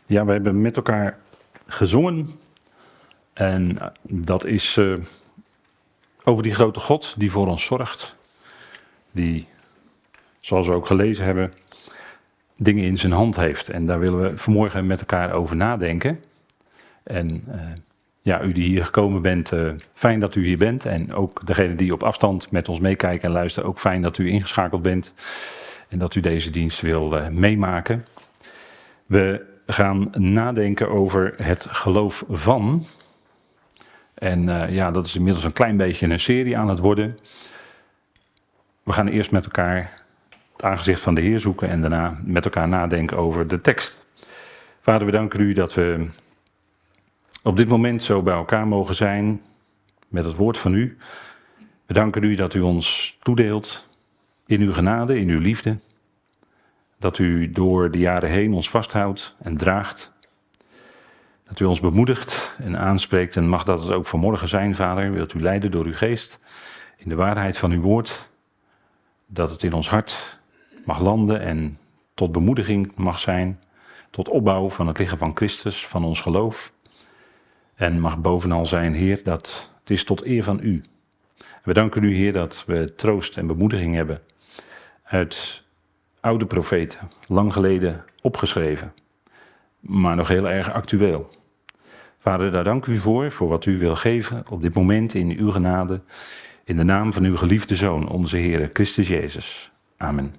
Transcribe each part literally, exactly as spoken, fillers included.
Ja, we hebben met elkaar gezongen. En dat is uh, over die grote God die voor ons zorgt. Die, zoals we ook gelezen hebben, dingen in zijn hand heeft. En daar willen we vanmorgen met elkaar over nadenken. En uh, ja, u die hier gekomen bent, uh, fijn dat u hier bent. En ook degene die op afstand met ons meekijken en luisteren, ook fijn dat u ingeschakeld bent. En dat u deze dienst wil uh, meemaken. We gaan nadenken over het geloof van. En uh, ja, dat is inmiddels een klein beetje een serie aan het worden. We gaan eerst met elkaar het aangezicht van de Heer zoeken en daarna met elkaar nadenken over de tekst. Vader, we danken u dat we op dit moment zo bij elkaar mogen zijn met het woord van u. We danken u dat u ons toedeelt in uw genade, in uw liefde. Dat u door de jaren heen ons vasthoudt en draagt. Dat u ons bemoedigt en aanspreekt en mag dat het ook vanmorgen zijn, Vader. Wilt u leiden door uw geest in de waarheid van uw woord. Dat het in ons hart mag landen en tot bemoediging mag zijn. Tot opbouw van het lichaam van Christus, van ons geloof. En mag bovenal zijn, Heer, dat het is tot eer van u. We danken u, Heer, dat we troost en bemoediging hebben uit oude profeten, lang geleden opgeschreven, maar nog heel erg actueel. Vader, daar dank u voor, voor wat u wil geven op dit moment in uw genade, in de naam van uw geliefde Zoon, onze Heer Christus Jezus. Amen.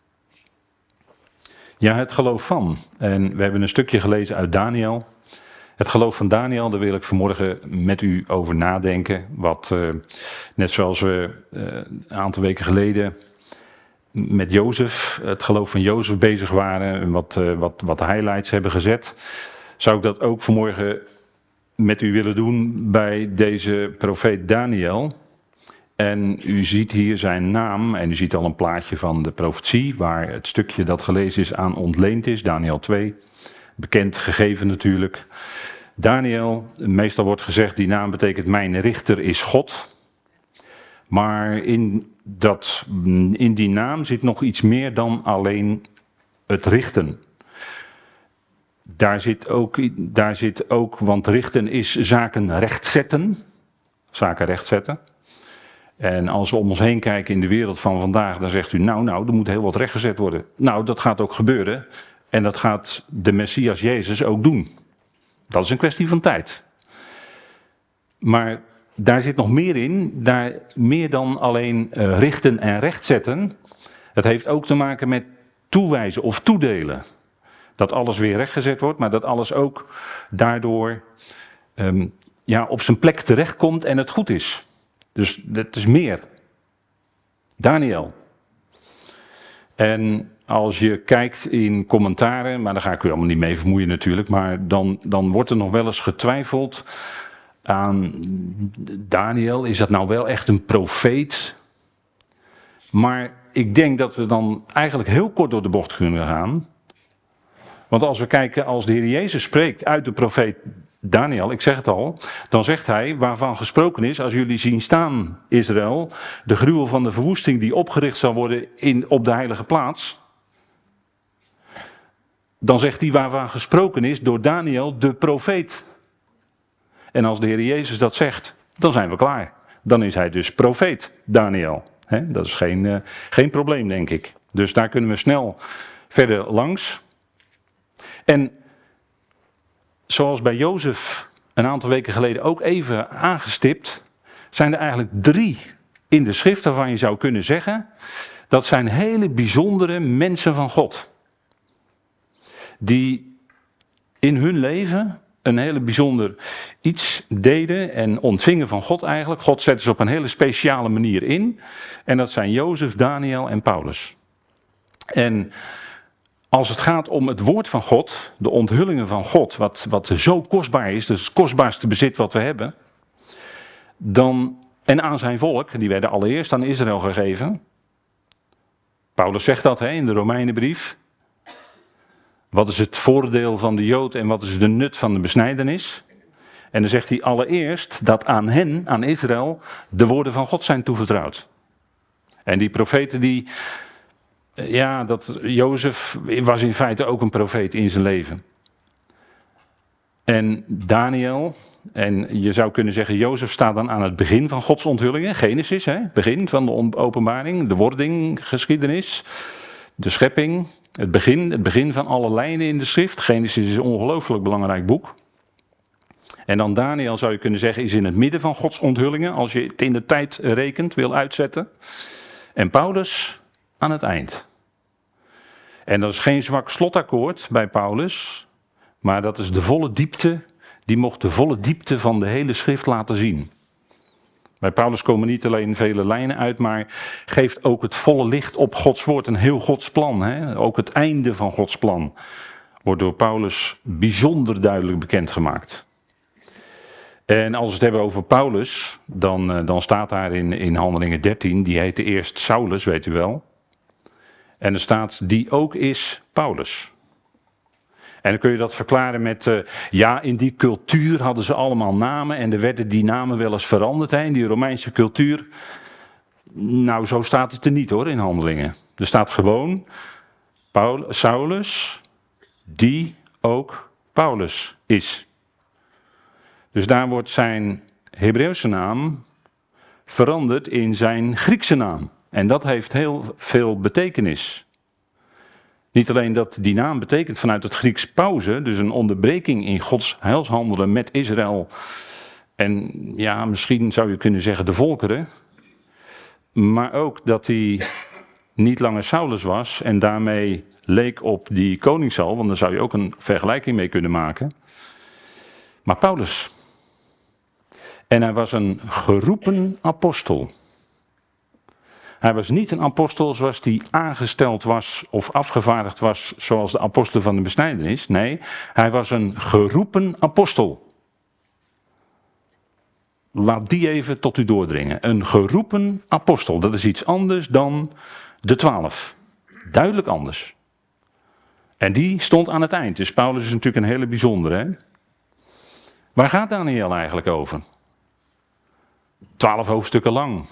Ja, het geloof van. En we hebben een stukje gelezen uit Daniel. Het geloof van Daniel, daar wil ik vanmorgen met u over nadenken. Wat, uh, net zoals we uh, een aantal weken geleden met Jozef, het geloof van Jozef bezig waren en wat, uh, wat, wat highlights hebben gezet, zou ik dat ook vanmorgen met u willen doen bij deze profeet Daniel. En u ziet hier zijn naam en u ziet al een plaatje van de profetie waar het stukje dat gelezen is aan ontleend is, Daniel twee, bekend gegeven natuurlijk. Daniel, meestal wordt gezegd die naam betekent mijn richter is God, maar in Dat, in die naam zit nog iets meer dan alleen het richten. Daar zit ook, daar zit ook, want richten is zaken rechtzetten. Zaken rechtzetten. En als we om ons heen kijken in de wereld van vandaag, dan zegt u, nou, nou, er moet heel wat rechtgezet worden. Nou, dat gaat ook gebeuren. En dat gaat de Messias Jezus ook doen. Dat is een kwestie van tijd. Maar daar zit nog meer in, daar meer dan alleen uh, richten en rechtzetten. Het heeft ook te maken met toewijzen of toedelen. Dat alles weer rechtgezet wordt, maar dat alles ook daardoor um, ja, op zijn plek terechtkomt en het goed is. Dus dat is meer. Daniel. En als je kijkt in commentaren, maar daar ga ik u allemaal niet mee vermoeien natuurlijk, maar dan, dan wordt er nog wel eens getwijfeld aan Daniel, is dat nou wel echt een profeet? Maar ik denk dat we dan eigenlijk heel kort door de bocht kunnen gaan. Want als we kijken, als de Heer Jezus spreekt uit de profeet Daniel, ik zeg het al, dan zegt hij, waarvan gesproken is, als jullie zien staan, Israël, de gruwel van de verwoesting die opgericht zal worden in, op de heilige plaats. Dan zegt hij waarvan gesproken is door Daniel, de profeet. En als de Heer Jezus dat zegt, dan zijn we klaar. Dan is hij dus profeet, Daniel. He, dat is geen, uh, geen probleem, denk ik. Dus daar kunnen we snel verder langs. En zoals bij Jozef een aantal weken geleden ook even aangestipt, zijn er eigenlijk drie in de schrift waarvan je zou kunnen zeggen, dat zijn hele bijzondere mensen van God. Die in hun leven een hele bijzonder iets deden en ontvingen van God eigenlijk. God zette ze op een hele speciale manier in. En dat zijn Jozef, Daniel en Paulus. En als het gaat om het woord van God, de onthullingen van God, wat, wat zo kostbaar is, dus het kostbaarste bezit wat we hebben, dan, en aan zijn volk, die werden allereerst aan Israël gegeven. Paulus zegt dat hè, in de Romeinenbrief. Wat is het voordeel van de Jood en wat is de nut van de besnijdenis? En dan zegt hij allereerst dat aan hen, aan Israël, de woorden van God zijn toevertrouwd. En die profeten die, ja, dat Jozef was in feite ook een profeet in zijn leven. En Daniel, en je zou kunnen zeggen, Jozef staat dan aan het begin van Gods onthullingen. Genesis, hè? Begin van de openbaring, de wording, geschiedenis, de schepping. Het begin, het begin van alle lijnen in de schrift. Genesis is een ongelooflijk belangrijk boek. En dan Daniel, zou je kunnen zeggen, is in het midden van Gods onthullingen, als je het in de tijd rekent, wil uitzetten. En Paulus aan het eind. En dat is geen zwak slotakkoord bij Paulus, maar dat is de volle diepte, die mocht de volle diepte van de hele schrift laten zien. Bij Paulus komen niet alleen vele lijnen uit, maar geeft ook het volle licht op Gods woord, een heel Gods plan. Hè? Ook het einde van Gods plan wordt door Paulus bijzonder duidelijk bekendgemaakt. En als we het hebben over Paulus, dan, dan staat daar in, in Handelingen dertien, die heette eerst Saulus, weet u wel. En er staat, die ook is Paulus. En dan kun je dat verklaren met, uh, ja, in die cultuur hadden ze allemaal namen en er werden die namen wel eens veranderd. Hè, in die Romeinse cultuur. Nou, zo staat het er niet hoor, in Handelingen. Er staat gewoon, Paul, Saulus, die ook Paulus is. Dus daar wordt zijn Hebreeuwse naam veranderd in zijn Griekse naam. En dat heeft heel veel betekenis. Niet alleen dat die naam betekent vanuit het Grieks pauze, dus een onderbreking in Gods heilshandelen met Israël. En ja, misschien zou je kunnen zeggen de volkeren. Maar ook dat hij niet langer Saulus was en daarmee leek op die koning Saul, want daar zou je ook een vergelijking mee kunnen maken. Maar Paulus. En hij was een geroepen apostel. Hij was niet een apostel zoals die aangesteld was of afgevaardigd was zoals de apostelen van de besnijdenis. Nee, hij was een geroepen apostel. Laat die even tot u doordringen. Een geroepen apostel, dat is iets anders dan de twaalf. Duidelijk anders. En die stond aan het eind. Dus Paulus is natuurlijk een hele bijzondere. Hè? Waar gaat Daniel eigenlijk over? Twaalf hoofdstukken lang.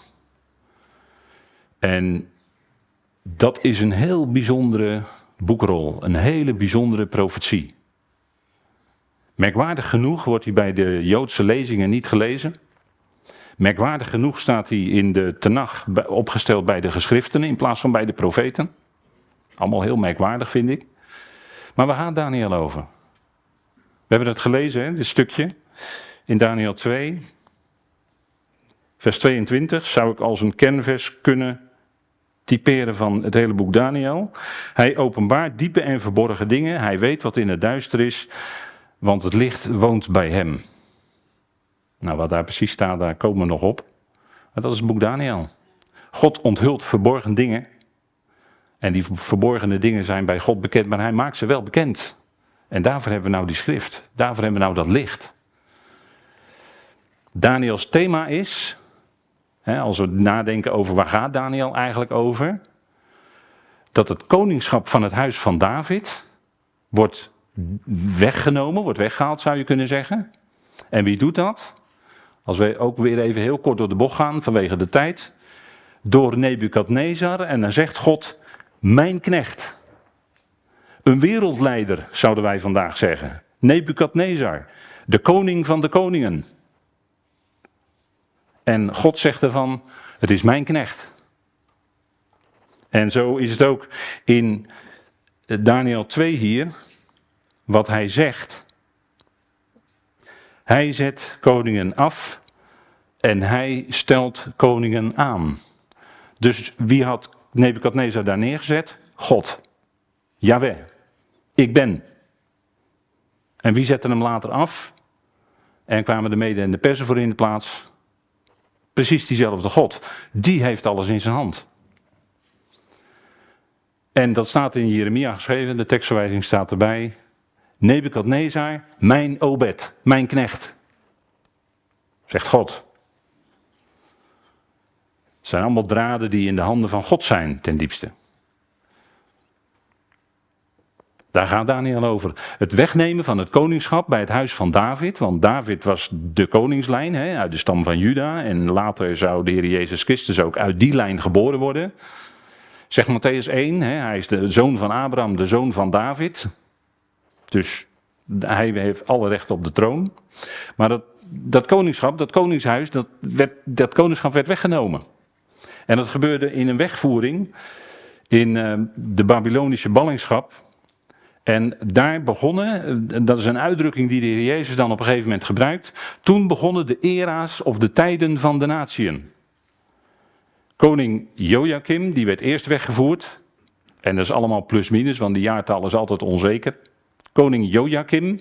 En dat is een heel bijzondere boekrol, een hele bijzondere profetie. Merkwaardig genoeg wordt hij bij de Joodse lezingen niet gelezen. Merkwaardig genoeg staat hij in de Tenach opgesteld bij de geschriften in plaats van bij de profeten. Allemaal heel merkwaardig vind ik. Maar waar gaat Daniel over? We hebben het gelezen, hè, dit stukje, in Daniel twee. Vers tweeëntwintig zou ik als een kernvers kunnen typeren van het hele boek Daniel. Hij openbaart diepe en verborgen dingen. Hij weet wat in het duister is, want het licht woont bij hem. Nou, wat daar precies staat, daar komen we nog op. Maar dat is het boek Daniel. God onthult verborgen dingen. En die verborgene dingen zijn bij God bekend, maar hij maakt ze wel bekend. En daarvoor hebben we nou die schrift. Daarvoor hebben we nou dat licht. Daniels thema is, hè, als we nadenken over waar gaat Daniel eigenlijk over, dat het koningschap van het huis van David wordt weggenomen, wordt weggehaald zou je kunnen zeggen. En wie doet dat? Als we ook weer even heel kort door de bocht gaan vanwege de tijd. Door Nebukadnezar en dan zegt God, mijn knecht. Een wereldleider zouden wij vandaag zeggen. Nebukadnezar, de koning van de koningen. En God zegt ervan, het is mijn knecht. En zo is het ook in Daniel twee hier, wat hij zegt. Hij zet koningen af en hij stelt koningen aan. Dus wie had Nebukadnezar daar neergezet? God. Jahweh. Ik ben. En wie zette hem later af? En kwamen de Meden en de Persen voor in de plaats? Precies diezelfde God. Die heeft alles in zijn hand. En dat staat in Jeremia geschreven, de tekstverwijzing staat erbij. Nebukadnezar, mijn Obed, mijn knecht. Zegt God. Het zijn allemaal draden die in de handen van God zijn, ten diepste. Daar gaat Daniel over. Het wegnemen van het koningschap bij het huis van David. Want David was de koningslijn, hè, uit de stam van Juda. En later zou de Heer Jezus Christus ook uit die lijn geboren worden. Zegt Mattheüs één, hè, hij is de zoon van Abraham, de zoon van David. Dus Hij heeft alle rechten op de troon. Maar dat, dat koningschap, dat koningshuis, dat, werd, dat koningschap werd weggenomen. En dat gebeurde in een wegvoering in uh, de Babylonische ballingschap. En daar begonnen, dat is een uitdrukking die de Heer Jezus dan op een gegeven moment gebruikt. Toen begonnen de era's of de tijden van de natieën. Koning Joachim, die werd eerst weggevoerd. En dat is allemaal plus minus, want die jaartal is altijd onzeker. Koning Joachim,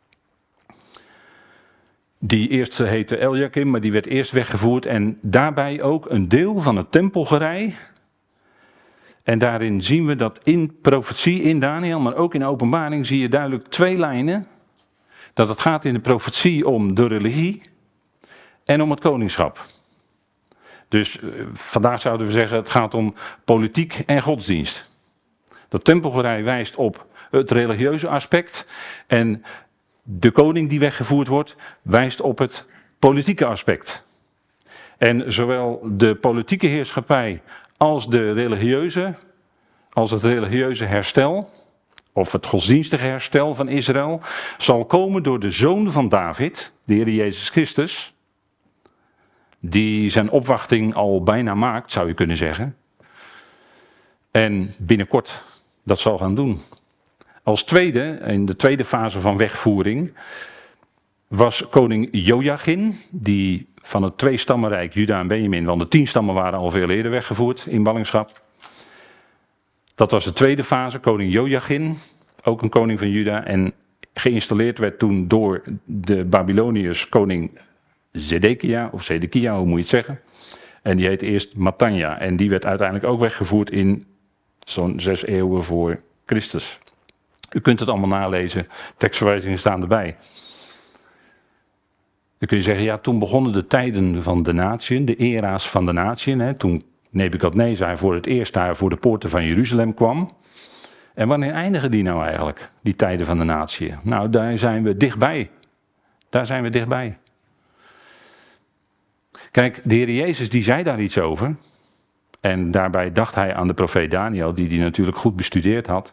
die eerst heette Eliakim, maar die werd eerst weggevoerd. En daarbij ook een deel van het tempelgerei. En daarin zien we dat in profetie, in Daniel, maar ook in openbaring zie je duidelijk twee lijnen. Dat het gaat in de profetie om de religie en om het koningschap. Dus uh, vandaag zouden we zeggen het gaat om politiek en godsdienst. Dat tempelgerei wijst op het religieuze aspect en de koning die weggevoerd wordt wijst op het politieke aspect. En zowel de politieke heerschappij als de religieuze, als het religieuze herstel, of het godsdienstige herstel van Israël, zal komen door de zoon van David, de Heer Jezus Christus, die zijn opwachting al bijna maakt, zou je kunnen zeggen. En binnenkort dat zal gaan doen. Als tweede, in de tweede fase van wegvoering, was koning Joachim, die van het tweestammenrijk Juda en Benjamin, want de tien stammen waren al veel eerder weggevoerd in ballingschap. Dat was de tweede fase, koning Joachim, ook een koning van Juda, en geïnstalleerd werd toen door de Babyloniërs koning Zedekia, of Zedekia, hoe moet je het zeggen. En die heette eerst Matanja, en die werd uiteindelijk ook weggevoerd in zo'n zes eeuwen voor Christus. U kunt het allemaal nalezen, tekstverwijzingen staan erbij. Dan kun je zeggen, ja, toen begonnen de tijden van de natieën, de era's van de natieën. Hè, toen Nebukadnezar voor het eerst daar voor de poorten van Jeruzalem kwam. En wanneer eindigen die nou eigenlijk, die tijden van de natieën? Nou, daar zijn we dichtbij. Daar zijn we dichtbij. Kijk, de Heer Jezus die zei daar iets over. En daarbij dacht hij aan de profeet Daniel, die die natuurlijk goed bestudeerd had.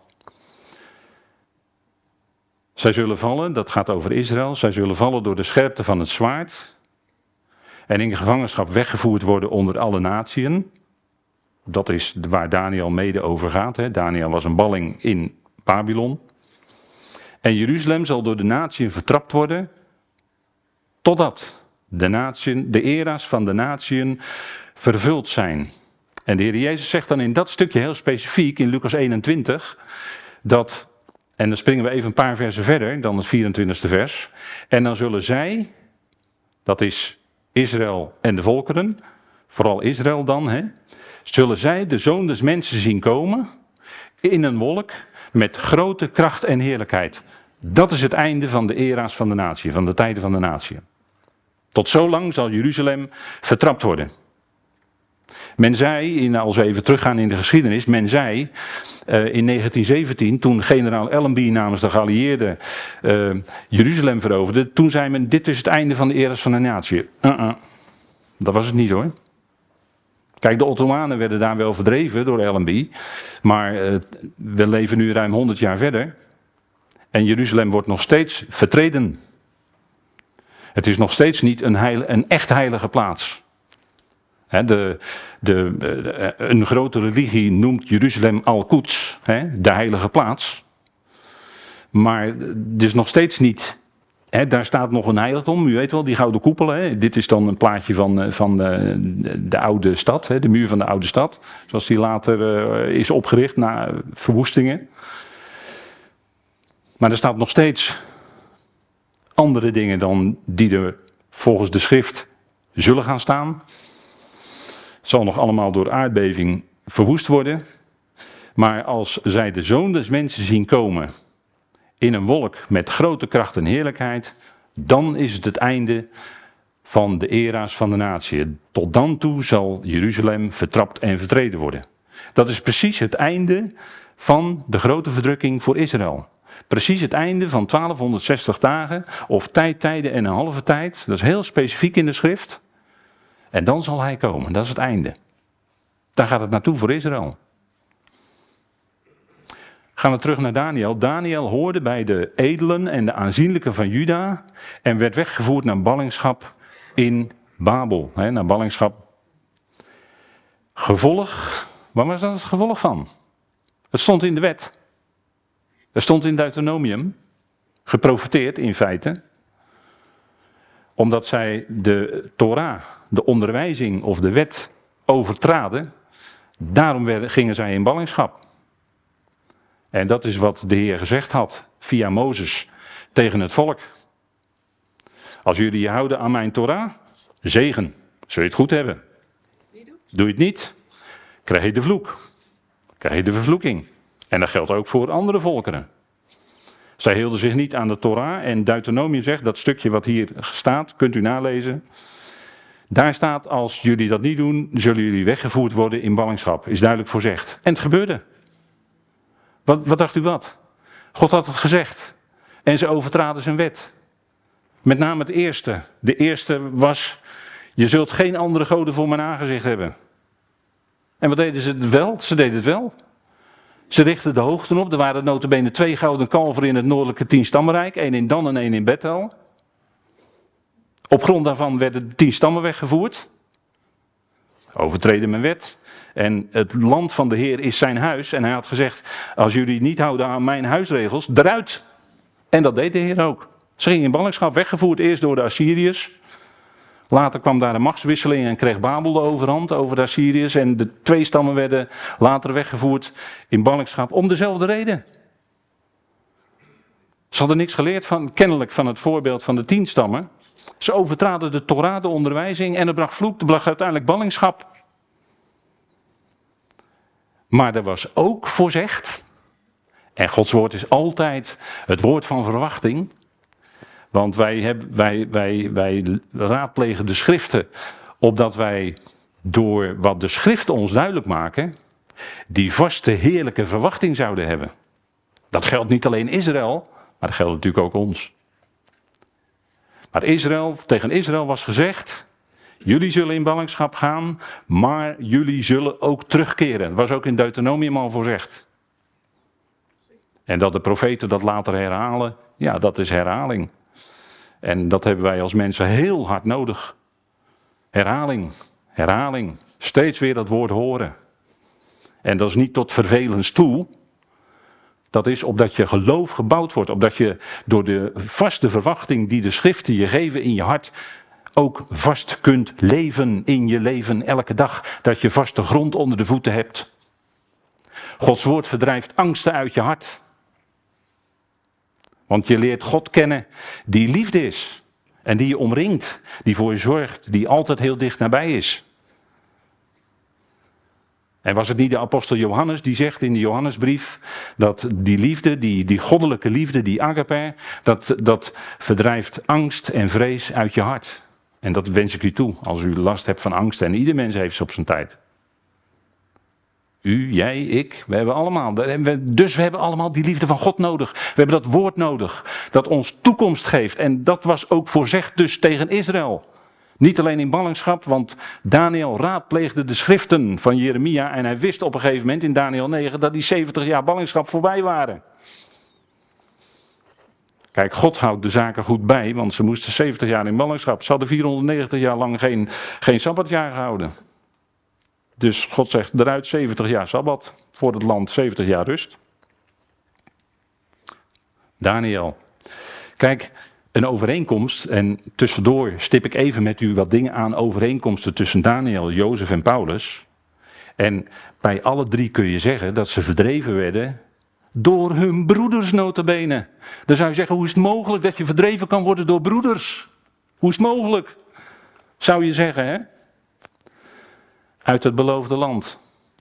Zij zullen vallen, dat gaat over Israël, zij zullen vallen door de scherpte van het zwaard. En in gevangenschap weggevoerd worden onder alle natieën. Dat is waar Daniel mede over gaat. Hè. Daniel was een balling in Babylon. En Jeruzalem zal door de natieën vertrapt worden, totdat de natieën, de era's van de natieën vervuld zijn. En de Heer Jezus zegt dan in dat stukje heel specifiek, in Lucas eenentwintig, dat, en dan springen we even een paar versen verder dan het vierentwintigste vers, en dan zullen zij, dat is Israël en de volkeren, vooral Israël dan, hè, zullen zij de Zoon des Mensen zien komen in een wolk met grote kracht en heerlijkheid. Dat is het einde van de era's van de natie, van de tijden van de natie. Tot zolang zal Jeruzalem vertrapt worden. Men zei, in, als we even teruggaan in de geschiedenis, men zei uh, in negentien zeventien, toen generaal Allenby namens de geallieerden uh, Jeruzalem veroverde, toen zei men, dit is het einde van de era's van de natie. Uh-uh. Dat was het niet hoor. Kijk, de Ottomanen werden daar wel verdreven door Allenby, maar uh, we leven nu ruim honderd jaar verder en Jeruzalem wordt nog steeds vertreden. Het is nog steeds niet een, heil, een echt heilige plaats. He, de, de, de, een grote religie noemt Jeruzalem Al-Quds, de heilige plaats. Maar het is nog steeds niet. He, daar staat nog een heiligdom, u weet wel, die gouden koepel. He. Dit is dan een plaatje van, van de, de oude stad, he, de muur van de oude stad. Zoals die later uh, is opgericht na verwoestingen. Maar er staat nog steeds andere dingen dan die er volgens de schrift zullen gaan staan. Het zal nog allemaal door aardbeving verwoest worden. Maar als zij de Zoon des Mensen zien komen in een wolk met grote kracht en heerlijkheid, dan is het het einde van de era's van de natie. Tot dan toe zal Jeruzalem vertrapt en vertreden worden. Dat is precies het einde van de grote verdrukking voor Israël. Precies het einde van twaalfhonderdzestig dagen, of tijd, tijden en een halve tijd. Dat is heel specifiek in de schrift. En dan zal hij komen, dat is het einde. Daar gaat het naartoe voor Israël. Gaan we terug naar Daniel. Daniel hoorde bij de edelen en de aanzienlijken van Juda en werd weggevoerd naar ballingschap in Babel. Hè, naar ballingschap. Gevolg, waar was dat het gevolg van? Het stond in de wet. Het stond in Deuteronomium, geprofeteerd in feite. Omdat zij de Torah, de onderwijzing of de wet overtraden, daarom werden, gingen zij in ballingschap. En dat is wat de Heer gezegd had via Mozes tegen het volk. Als jullie je houden aan mijn Torah, zegen, zul je het goed hebben. Doe je het niet, krijg je de vloek. Krijg je de vervloeking. En dat geldt ook voor andere volkeren. Zij hielden zich niet aan de Torah en Deuteronomium zegt, dat stukje wat hier staat, kunt u nalezen. Daar staat, als jullie dat niet doen, zullen jullie weggevoerd worden in ballingschap. Is duidelijk voorzegd. En het gebeurde. Wat, wat dacht u wat? God had het gezegd. En ze overtraden zijn wet. Met name het eerste. De eerste was, je zult geen andere goden voor mijn aangezicht hebben. En wat deden ze wel? Ze deden het wel. Ze richtten de hoogten op. Er waren nota bene twee gouden kalveren in het noordelijke tienstammenrijk. één in Dan en één in Bethel. Op grond daarvan werden de tien stammen weggevoerd. Overtreden mijn wet. En het land van de Heer is zijn huis. En hij had gezegd, als jullie niet houden aan mijn huisregels, eruit. En dat deed de Heer ook. Ze gingen in ballingschap, weggevoerd eerst door de Assyriërs. Later kwam daar een machtswisseling en kreeg Babel de overhand over de Assyriërs. En de twee stammen werden later weggevoerd in ballingschap om dezelfde reden. Ze hadden niks geleerd van, kennelijk van het voorbeeld van de tien stammen. Ze overtraden de Torah, de onderwijzing, en er bracht vloek, er bracht uiteindelijk ballingschap. Maar er was ook voorzegd, en Gods woord is altijd het woord van verwachting. Want wij, hebben, wij, wij, wij raadplegen de schriften, opdat wij door wat de schriften ons duidelijk maken, die vaste heerlijke verwachting zouden hebben. Dat geldt niet alleen Israël, maar dat geldt natuurlijk ook ons. Maar Israël, tegen Israël was gezegd, jullie zullen in ballingschap gaan, maar jullie zullen ook terugkeren. Dat was ook in Deuteronomium al voorzegd. En dat de profeten dat later herhalen, ja, dat is herhaling. En dat hebben wij als mensen heel hard nodig. Herhaling, herhaling, steeds weer dat woord horen. En dat is niet tot vervelens toe. Dat is opdat je geloof gebouwd wordt. Opdat je door de vaste verwachting die de schriften je geven in je hart ook vast kunt leven in je leven elke dag. Dat je vaste grond onder de voeten hebt. Gods woord verdrijft angsten uit je hart. Want je leert God kennen die liefde is. En die je omringt. Die voor je zorgt. Die altijd heel dicht nabij is. En was het niet de apostel Johannes die zegt in de Johannesbrief dat die liefde, die, die goddelijke liefde, die agape, dat, dat verdrijft angst en vrees uit je hart. En dat wens ik u toe als u last hebt van angst. En ieder mens heeft ze op zijn tijd. U, jij, ik, we hebben allemaal. Dus we hebben allemaal die liefde van God nodig. We hebben dat woord nodig dat ons toekomst geeft. En dat was ook voorzegd dus tegen Israël. Niet alleen in ballingschap, want Daniel raadpleegde de schriften van Jeremia en hij wist op een gegeven moment in Daniel negen dat die zeventig jaar ballingschap voorbij waren. Kijk, God houdt de zaken goed bij, want ze moesten zeventig jaar in ballingschap. Ze hadden vierhonderdnegentig jaar lang geen, geen sabbatjaar gehouden. Dus God zegt eruit zeventig jaar sabbat voor het land, zeventig jaar rust. Daniel. Kijk, een overeenkomst, en tussendoor stip ik even met u wat dingen aan overeenkomsten tussen Daniel, Jozef en Paulus. En bij alle drie kun je zeggen dat ze verdreven werden door hun broeders nota bene. Dan zou je zeggen, hoe is het mogelijk dat je verdreven kan worden door broeders? Hoe is het mogelijk? Zou je zeggen, hè? Uit het beloofde land.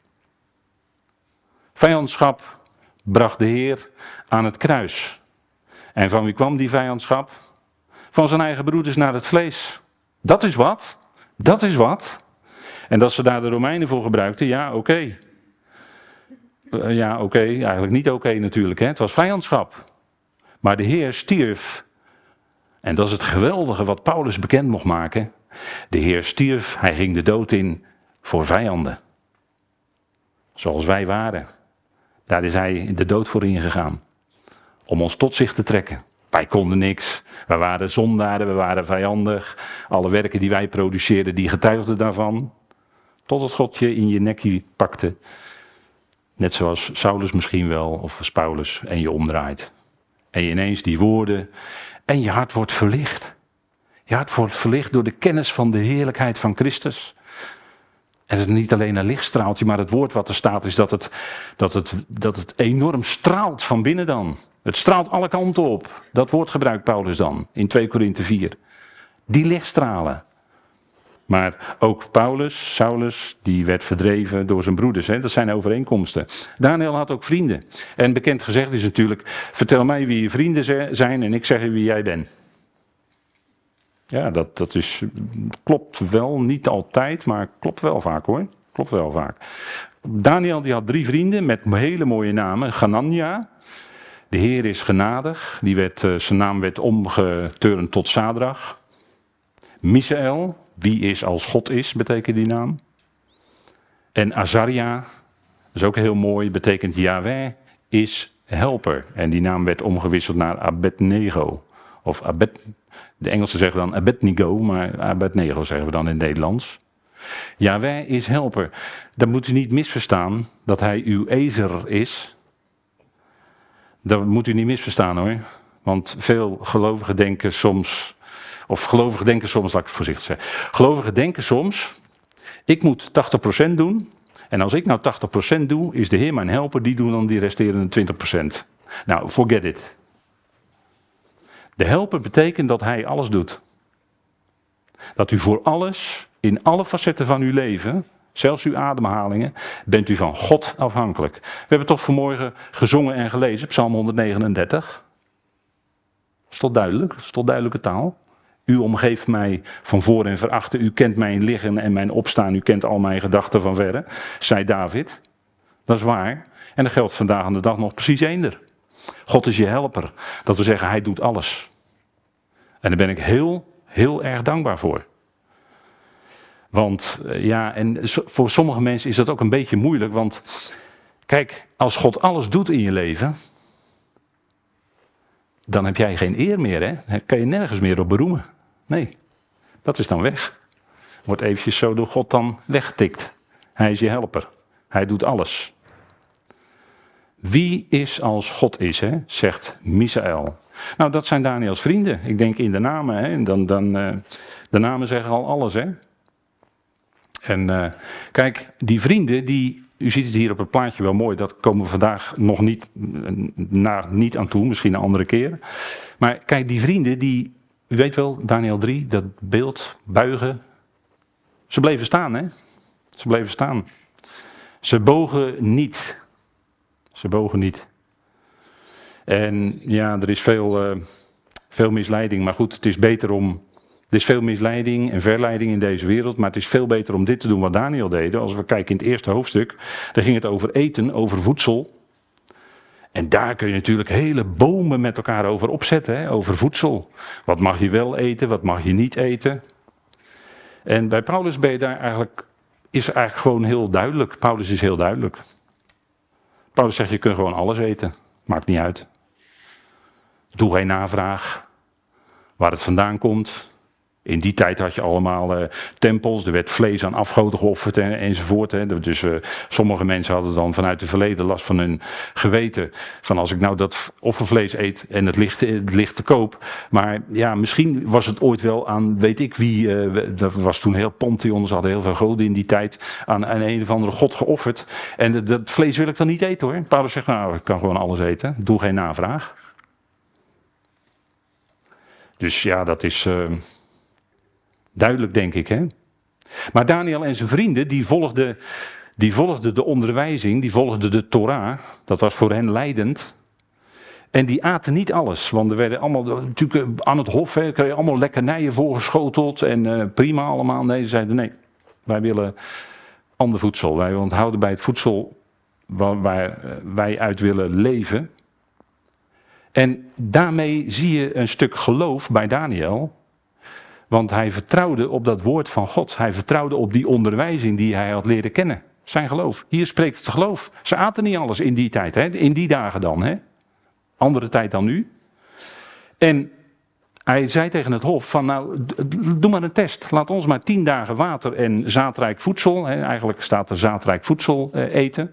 Vijandschap bracht de Heer aan het kruis. En van wie kwam die vijandschap? Van zijn eigen broeders naar het vlees. Dat is wat. Dat is wat. En dat ze daar de Romeinen voor gebruikten, ja, oké. Okay. Uh, ja, oké. Okay. Eigenlijk niet oké okay natuurlijk. Hè? Het was vijandschap. Maar de Heer stierf. En dat is het geweldige wat Paulus bekend mocht maken. De Heer stierf, hij ging de dood in voor vijanden. Zoals wij waren. Daar is hij de dood voor ingegaan. Om ons tot zich te trekken. Wij konden niks. We waren zondaren, we waren vijandig. Alle werken die wij produceerden, die getuigden daarvan. Totdat God je in je nekje pakte. Net zoals Saulus misschien wel, of Paulus, en je omdraait. En je ineens die woorden, en je hart wordt verlicht. Je hart wordt verlicht door de kennis van de heerlijkheid van Christus. En het is niet alleen een lichtstraaltje, maar het woord wat er staat is dat het, dat het, dat het enorm straalt van binnen dan. Het straalt alle kanten op. Dat woord gebruikt Paulus dan in twee Korinthe vier. Die lichtstralen. Maar ook Paulus, Saulus, die werd verdreven door zijn broeders. Hè? Dat zijn overeenkomsten. Daniel had ook vrienden. En bekend gezegd is natuurlijk, vertel mij wie je vrienden zijn en ik zeg je wie jij bent. Ja, dat, dat is, klopt wel, niet altijd, maar klopt wel vaak hoor. Klopt wel vaak. Daniel die had drie vrienden met hele mooie namen. Ganania, de Heer is genadig. Die werd, zijn naam werd omgeturnd tot Sadrach. Misaël, wie is als God is, betekent die naam. En Azaria, dat is ook heel mooi, betekent Yahweh is helper. En die naam werd omgewisseld naar Abednego. Of Abed, de Engelsen zeggen dan Abednego, maar Abednego zeggen we dan in het Nederlands. Yahweh is helper. Dan moet u niet misverstaan dat hij uw ezer is. Dat moet u niet misverstaan hoor. Want veel gelovigen denken soms, of gelovigen denken soms, laat ik het voorzichtig zeggen. Gelovigen denken soms, ik moet tachtig procent doen. En als ik nou tachtig procent doe, is de Heer mijn helper, die doen dan die resterende twintig procent. Nou, forget it. De helper betekent dat hij alles doet. Dat u voor alles, in alle facetten van uw leven, zelfs uw ademhalingen, bent u van God afhankelijk. We hebben toch vanmorgen gezongen en gelezen, Psalm honderdnegenendertig. Is toch duidelijk? Is toch duidelijke taal? U omgeeft mij van voor en van achter. U kent mijn liggen en mijn opstaan. U kent al mijn gedachten van verre, zei David. Dat is waar. En dat geldt vandaag aan de dag nog precies eender. God is je helper. Dat wil zeggen, hij doet alles. En daar ben ik heel, heel erg dankbaar voor. Want ja, en voor sommige mensen is dat ook een beetje moeilijk. Want kijk, als God alles doet in je leven, dan heb jij geen eer meer, hè? Dan kan je nergens meer op beroemen. Nee, dat is dan weg. Wordt eventjes zo door God dan weggetikt. Hij is je helper. Hij doet alles. Wie is als God is, hè? Zegt Misaël. Nou, dat zijn Daniels vrienden. Ik denk in de namen, hè? Dan, dan, uh, de namen zeggen al alles, hè? En uh, kijk, die vrienden, die, u ziet het hier op het plaatje wel mooi, dat komen we vandaag nog niet, naar, niet aan toe, misschien een andere keer. Maar kijk, die vrienden, die, u weet wel, Daniel drie, dat beeld, buigen, ze bleven staan, hè? Ze bleven staan. Ze bogen niet. Ze bogen niet. En ja, er is veel, uh, veel misleiding, maar goed, het is beter om... Er is veel misleiding en verleiding in deze wereld, maar het is veel beter om dit te doen wat Daniel deed. Als we kijken in het eerste hoofdstuk, daar ging het over eten, over voedsel. En daar kun je natuurlijk hele bomen met elkaar over opzetten, hè, over voedsel. Wat mag je wel eten, wat mag je niet eten. En bij Paulus ben je daar eigenlijk, is eigenlijk gewoon heel duidelijk. Paulus is heel duidelijk. Paulus zegt, je kunt gewoon alles eten, maakt niet uit. Doe geen navraag, waar het vandaan komt. In die tijd had je allemaal uh, tempels, er werd vlees aan afgoden geofferd en, enzovoort. Hè. Dus uh, sommige mensen hadden dan vanuit het verleden last van hun geweten. Van als ik nou dat offervlees eet en het ligt, het ligt te koop. Maar ja, misschien was het ooit wel aan, weet ik wie, uh, dat was toen heel Pantheon, ze hadden heel veel goden in die tijd, aan, aan een of andere god geofferd. En dat, dat vlees wil ik dan niet eten hoor. Paulus zegt, nou ik kan gewoon alles eten, doe geen navraag. Dus ja, dat is... Uh, Duidelijk, denk ik, hè. Maar Daniel en zijn vrienden, die volgden, die volgden de onderwijzing, die volgden de Torah. Dat was voor hen leidend. En die aten niet alles, want er werden allemaal, natuurlijk aan het hof, hè, kreeg je allemaal lekkernijen voorgeschoteld en uh, prima allemaal. Nee, ze zeiden nee, wij willen ander voedsel. Wij onthouden bij het voedsel waar, waar wij uit willen leven. En daarmee zie je een stuk geloof bij Daniel. Want hij vertrouwde op dat woord van God. Hij vertrouwde op die onderwijzing die hij had leren kennen. zijn geloof. Hier spreekt het geloof. Ze aten niet alles in die tijd, hè? In die dagen dan. Hè? Andere tijd dan nu. En hij zei tegen het hof van nou, doe maar een test. Laat ons maar tien dagen water en zaadrijk voedsel, hè? Eigenlijk staat er zaadrijk voedsel eh, eten.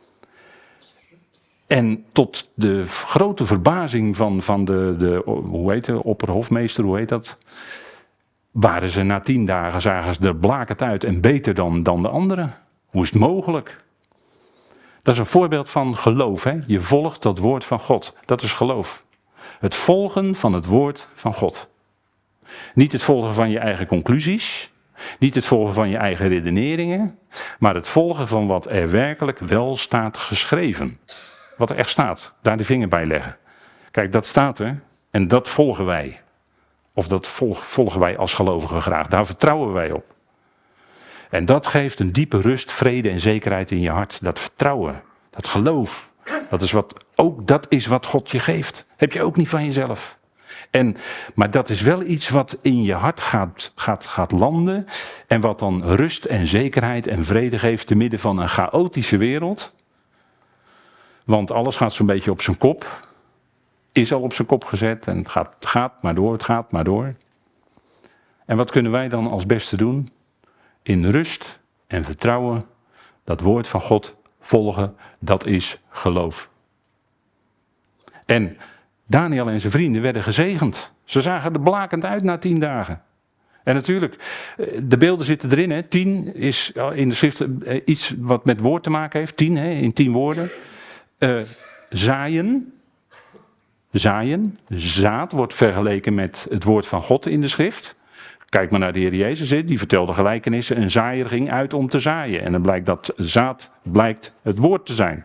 En tot de grote verbazing van, van de, de, hoe heet het, opperhofmeester, hoe heet dat? Waren ze na tien dagen, zagen ze er blakend uit en beter dan, dan de anderen. Hoe is het mogelijk? Dat is een voorbeeld van geloof. Hè? Je volgt dat woord van God. Dat is geloof. Het volgen van het woord van God. Niet het volgen van je eigen conclusies. Niet het volgen van je eigen redeneringen. Maar het volgen van wat er werkelijk wel staat geschreven. Wat er echt staat. Daar de vinger bij leggen. Kijk, dat staat er. En dat volgen wij. Of dat volgen wij als gelovigen graag. Daar vertrouwen wij op. En dat geeft een diepe rust, vrede en zekerheid in je hart. Dat vertrouwen, dat geloof. Dat is wat, ook dat is wat God je geeft. Heb je ook niet van jezelf. En, maar dat is wel iets wat in je hart gaat, gaat, gaat landen. En wat dan rust en zekerheid en vrede geeft te midden van een chaotische wereld. Want alles gaat zo'n beetje op zijn kop. Is al op zijn kop gezet en het gaat, het gaat maar door, het gaat maar door. En wat kunnen wij dan als beste doen? In rust en vertrouwen dat woord van God volgen, dat is geloof. En Daniel en zijn vrienden werden gezegend. Ze zagen er blakend uit na tien dagen. En natuurlijk, de beelden zitten erin. Hè. Tien is in de schrift iets wat met woord te maken heeft. Tien, hè, in tien woorden. Uh, zaaien. Zaaien. Zaad wordt vergeleken met het woord van God in de schrift. Kijk maar naar de Heer Jezus, die vertelde gelijkenissen. Een zaaier ging uit om te zaaien. En dan blijkt dat zaad blijkt het woord te zijn.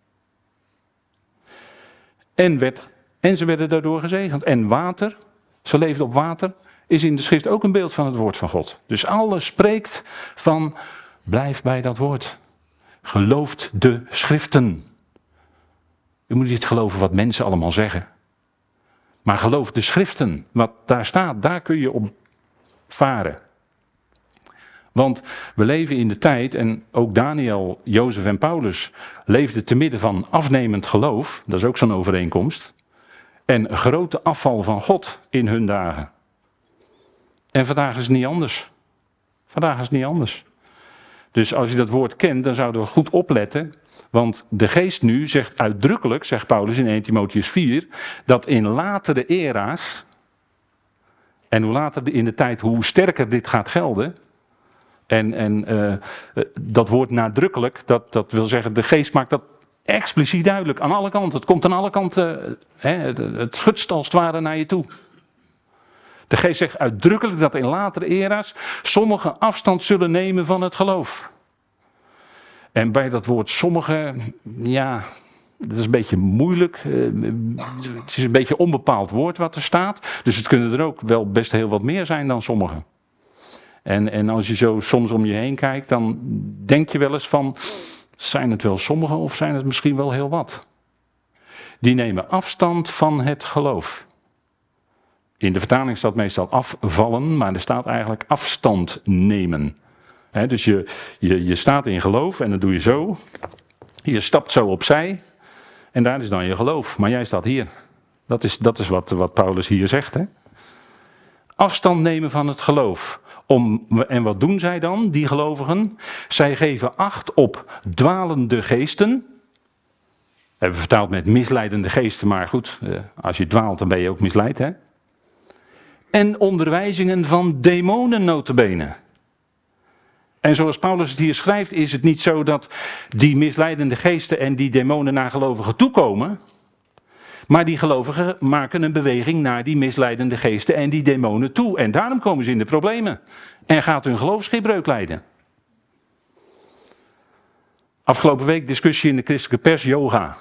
En, werd, en ze werden daardoor gezegend. En water, ze leefden op water, is in de schrift ook een beeld van het woord van God. Dus alles spreekt van, blijf bij dat woord. Gelooft de schriften. Je moet niet geloven wat mensen allemaal zeggen. Maar geloof de schriften. Wat daar staat, daar kun je op varen. Want we leven in de tijd, en ook Daniel, Jozef en Paulus leefden te midden van afnemend geloof. Dat is ook zo'n overeenkomst. En een grote afval van God in hun dagen. En vandaag is het niet anders. Vandaag is het niet anders. Dus als je dat woord kent, dan zouden we goed opletten. Want de geest nu zegt uitdrukkelijk, zegt Paulus in eerste Timotheüs vier, dat in latere era's, en hoe later in de tijd, hoe sterker dit gaat gelden. En, en uh, dat woord nadrukkelijk, dat, dat wil zeggen, de geest maakt dat expliciet duidelijk aan alle kanten. Het komt aan alle kanten, uh, hè, het, het gutst als het ware naar je toe. De geest zegt uitdrukkelijk dat in latere era's sommigen afstand zullen nemen van het geloof. En bij dat woord sommigen, ja, dat is een beetje moeilijk. Het is een beetje een onbepaald woord wat er staat. Dus het kunnen er ook wel best heel wat meer zijn dan sommigen. En, en als je zo soms om je heen kijkt, dan denk je wel eens van, zijn het wel sommigen of zijn het misschien wel heel wat? Die nemen afstand van het geloof. In de vertaling staat meestal afvallen, maar er staat eigenlijk afstand nemen. He, dus je, je, je staat in geloof en dat doe je zo. Je stapt zo opzij en daar is dan je geloof. Maar jij staat hier. Dat is, dat is wat, wat Paulus hier zegt. Hè? Afstand nemen van het geloof. Om, en wat doen zij dan, die gelovigen? Zij geven acht op dwalende geesten. Hebben we vertaald met misleidende geesten, maar goed, als je dwaalt dan ben je ook misleid. Hè? En onderwijzingen van demonen nota bene. En zoals Paulus het hier schrijft, is het niet zo dat die misleidende geesten en die demonen naar gelovigen toekomen. Maar die gelovigen maken een beweging naar die misleidende geesten en die demonen toe. En daarom komen ze in de problemen. En gaat hun geloofsgebreuk leiden. Afgelopen week discussie in de christelijke pers, yoga.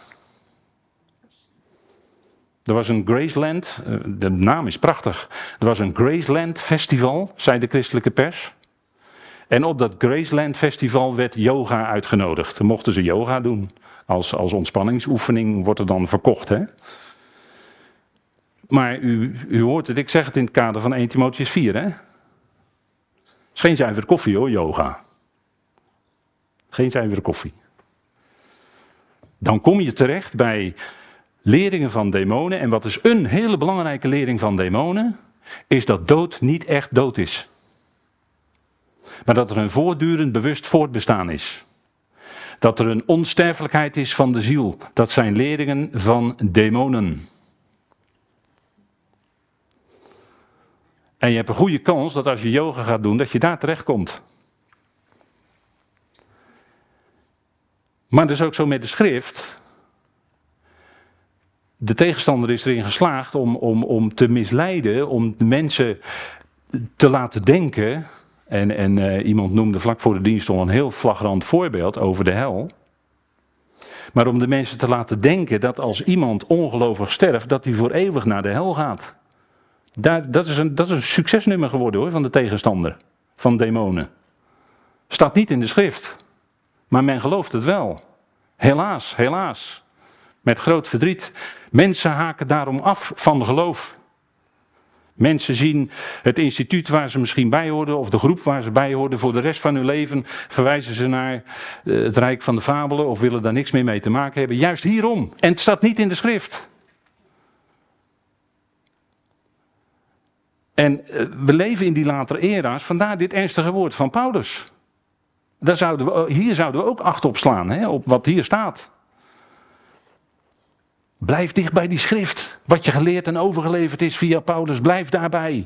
Er was een Graceland, de naam is prachtig. Er was een Graceland festival, zei de christelijke pers. En op dat Graceland festival werd yoga uitgenodigd. Dan mochten ze yoga doen. Als, als ontspanningsoefening wordt er dan verkocht. Hè? Maar u, u hoort het, ik zeg het in het kader van eerste Timotheüs vier. Hè? Het is geen zuiver koffie hoor, yoga. Geen zuivere koffie. Dan kom je terecht bij leringen van demonen. En wat is een hele belangrijke lering van demonen? Is dat dood niet echt dood is. Maar dat er een voortdurend bewust voortbestaan is. Dat er een onsterfelijkheid is van de ziel. Dat zijn leringen van demonen. En je hebt een goede kans dat als je yoga gaat doen, dat je daar terechtkomt. Maar dat is ook zo met de schrift. De tegenstander is erin geslaagd om, om, om te misleiden, om de mensen te laten denken. En, en uh, iemand noemde vlak voor de dienst al een heel flagrant voorbeeld over de hel. Maar om de mensen te laten denken dat als iemand ongelovig sterft, dat hij voor eeuwig naar de hel gaat. Daar, dat, is een, dat is een succesnummer geworden hoor, van de tegenstander, van demonen. Staat niet in de schrift, maar men gelooft het wel. Helaas, helaas. Met groot verdriet. Mensen haken daarom af van geloof. Mensen zien het instituut waar ze misschien bij hoorden, of de groep waar ze bij hoorden, voor de rest van hun leven verwijzen ze naar het rijk van de fabelen of willen daar niks meer mee te maken hebben. Juist hierom. En het staat niet in de schrift. En we leven in die latere era's, vandaar dit ernstige woord van Paulus. Daar zouden we, hier zouden we ook acht op slaan, hè, op wat hier staat. Blijf dicht bij die schrift. Wat je geleerd en overgeleverd is via Paulus, blijf daarbij.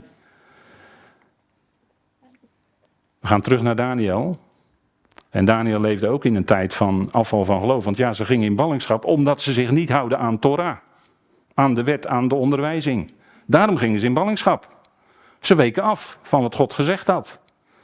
We gaan terug naar Daniel. En Daniel leefde ook in een tijd van afval van geloof. Want ja, ze gingen in ballingschap omdat ze zich niet houden aan Torah. Aan de wet, aan de onderwijzing. Daarom gingen ze in ballingschap. Ze weken af van wat God gezegd had.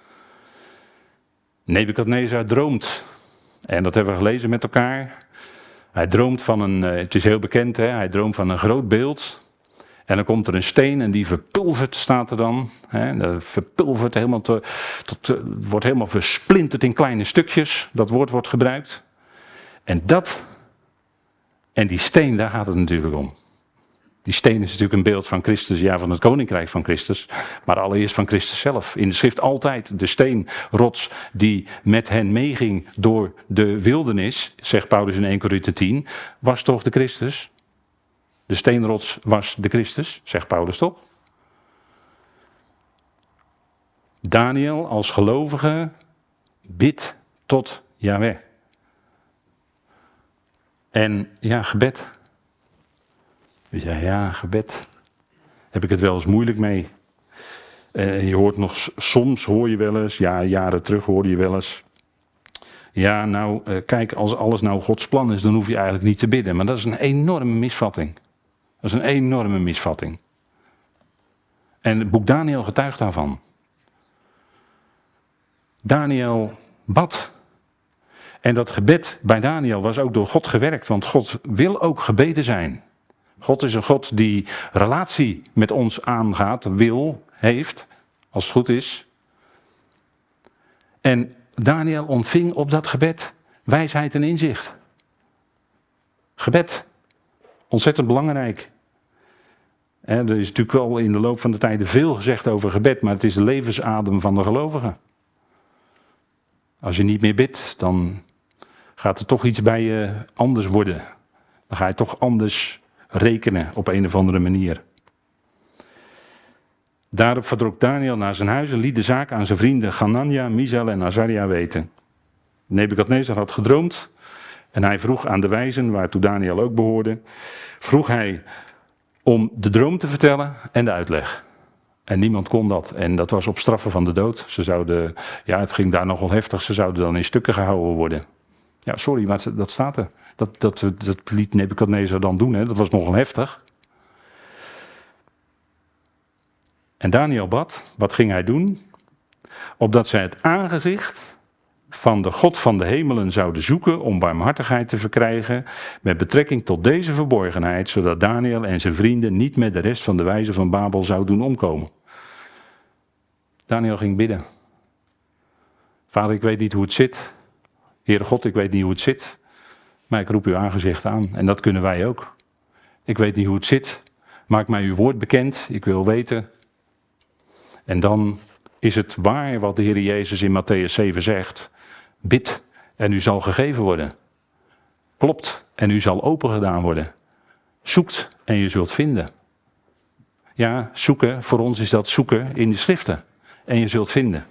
Nebukadnezar droomt. En dat hebben we gelezen met elkaar. Hij droomt van een, het is heel bekend, hè? Hij droomt van een groot beeld. En dan komt er een steen en die verpulvert, staat er dan. Hè? Verpulvert, helemaal te, tot, wordt helemaal versplinterd in kleine stukjes. Dat woord wordt gebruikt. En dat, en die steen, daar gaat het natuurlijk om. Die steen is natuurlijk een beeld van Christus, ja, van het koninkrijk van Christus. Maar allereerst van Christus zelf. In de schrift altijd de steenrots die met hen meeging door de wildernis, zegt Paulus in eerste Korinthe tien, was toch de Christus? De steenrots was de Christus, zegt Paulus toch? Daniel als gelovige bidt tot Yahweh. En ja, gebed. Ja, ja, gebed. Heb ik het wel eens moeilijk mee. Uh, je hoort nog, soms hoor je wel eens, ja, jaren terug hoorde je wel eens. Ja, nou, uh, kijk, als alles nou Gods plan is, dan hoef je eigenlijk niet te bidden. Maar dat is een enorme misvatting. Dat is een enorme misvatting. En het boek Daniel getuigt daarvan. Daniel bad. En dat gebed bij Daniel was ook door God gewerkt, want God wil ook gebeden zijn. God is een God die relatie met ons aangaat, wil, heeft, als het goed is. En Daniel ontving op dat gebed wijsheid en inzicht. Gebed, ontzettend belangrijk. Er is natuurlijk wel in de loop van de tijden veel gezegd over gebed, maar het is de levensadem van de gelovigen. Als je niet meer bidt, dan gaat er toch iets bij je anders worden. Dan ga je toch anders rekenen op een of andere manier. Daarop vertrok Daniel naar zijn huis en liet de zaak aan zijn vrienden Hanania, Misael en Azaria weten. Nebukadnezar had gedroomd en hij vroeg aan de wijzen, waartoe Daniel ook behoorde, vroeg hij om de droom te vertellen en de uitleg. En niemand kon dat. En dat was op straffen van de dood. Ze zouden, ja, het ging daar nogal heftig, ze zouden dan in stukken gehouden worden. Ja, sorry, maar dat staat er. Dat, dat, dat liet Nebukadnezar dan doen, hè. Dat was nogal heftig. En Daniel bad, wat ging hij doen? Opdat zij het aangezicht van de God van de hemelen zouden zoeken om barmhartigheid te verkrijgen met betrekking tot deze verborgenheid, zodat Daniel en zijn vrienden niet met de rest van de wijzen van Babel zouden doen omkomen. Daniel ging bidden. Vader, ik weet niet hoe het zit. Heere God, ik weet niet hoe het zit. Maar ik roep uw aangezicht aan. En dat kunnen wij ook. Ik weet niet hoe het zit. Maak mij uw woord bekend. Ik wil weten. En dan is het waar wat de Heer Jezus in Mattheüs zeven zegt. Bid en u zal gegeven worden. Klopt en u zal opengedaan worden. Zoekt en je zult vinden. Ja, zoeken, voor ons is dat zoeken in de schriften. En je zult vinden.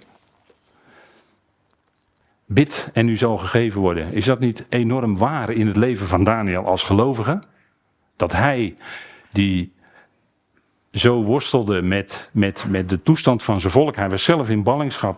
Bid en u zal gegeven worden. Is dat niet enorm waar in het leven van Daniel als gelovige? Dat hij, die zo worstelde met, met, met de toestand van zijn volk. Hij was zelf in ballingschap.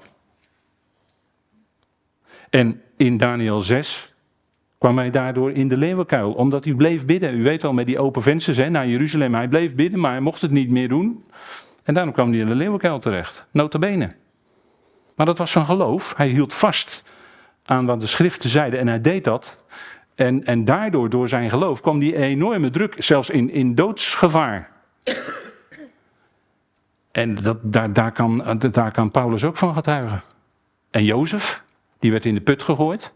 En in Daniel zes kwam hij daardoor in de leeuwenkuil. Omdat hij bleef bidden. U weet wel, met die open vensters hè, naar Jeruzalem. Hij bleef bidden, maar hij mocht het niet meer doen. En daarom kwam hij in de leeuwenkuil terecht. Nota bene. Maar dat was zijn geloof. Hij hield vast aan wat de schriften zeiden. En hij deed dat. En, en daardoor, door zijn geloof, kwam die enorme druk. Zelfs in, in doodsgevaar. En dat, daar, daar, kan, daar kan Paulus ook van getuigen. En Jozef, die werd in de put gegooid.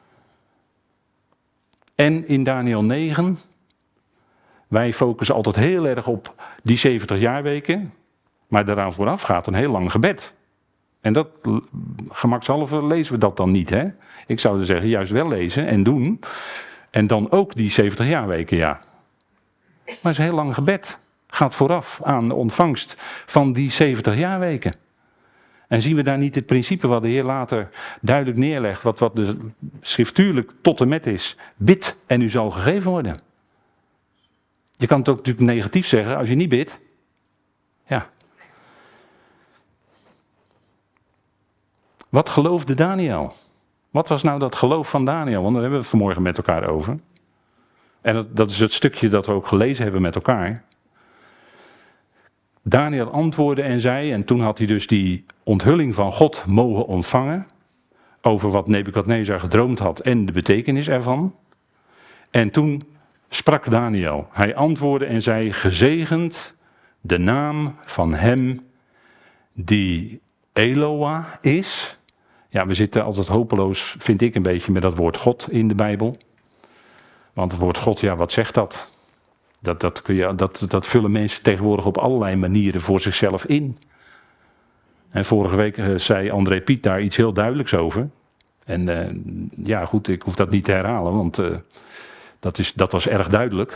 En in Daniel negen, wij focussen altijd heel erg op die zeventig jaarweken. Maar daaraan vooraf gaat een heel lang gebed. En dat, gemakshalve lezen we dat dan niet, hè. Ik zou zeggen, juist wel lezen en doen. En dan ook die zeventig jaarweken, ja. Maar het is een heel lang gebed. Gaat vooraf aan de ontvangst van die zeventig jaarweken. En zien we daar niet het principe wat de Heer later duidelijk neerlegt, wat, wat dus schriftuurlijk tot en met is. Bid en u zal gegeven worden. Je kan het ook natuurlijk negatief zeggen als je niet bidt. Ja. Wat geloofde Daniel? Wat was nou dat geloof van Daniel? Want daar hebben we het vanmorgen met elkaar over. En dat, dat is het stukje dat we ook gelezen hebben met elkaar. Daniel antwoordde en zei, en toen had hij dus die onthulling van God mogen ontvangen, over wat Nebukadnezar gedroomd had en de betekenis ervan. En toen sprak Daniel. Hij antwoordde en zei, gezegend de naam van hem die Eloah is. Ja, we zitten altijd hopeloos, vind ik een beetje, met dat woord God in de Bijbel. Want het woord God, ja, wat zegt dat? Dat, dat, kun je, dat, dat vullen mensen tegenwoordig op allerlei manieren voor zichzelf in. En vorige week uh, zei André Piet daar iets heel duidelijks over. En uh, ja goed, ik hoef dat niet te herhalen, want uh, dat, is, dat was erg duidelijk.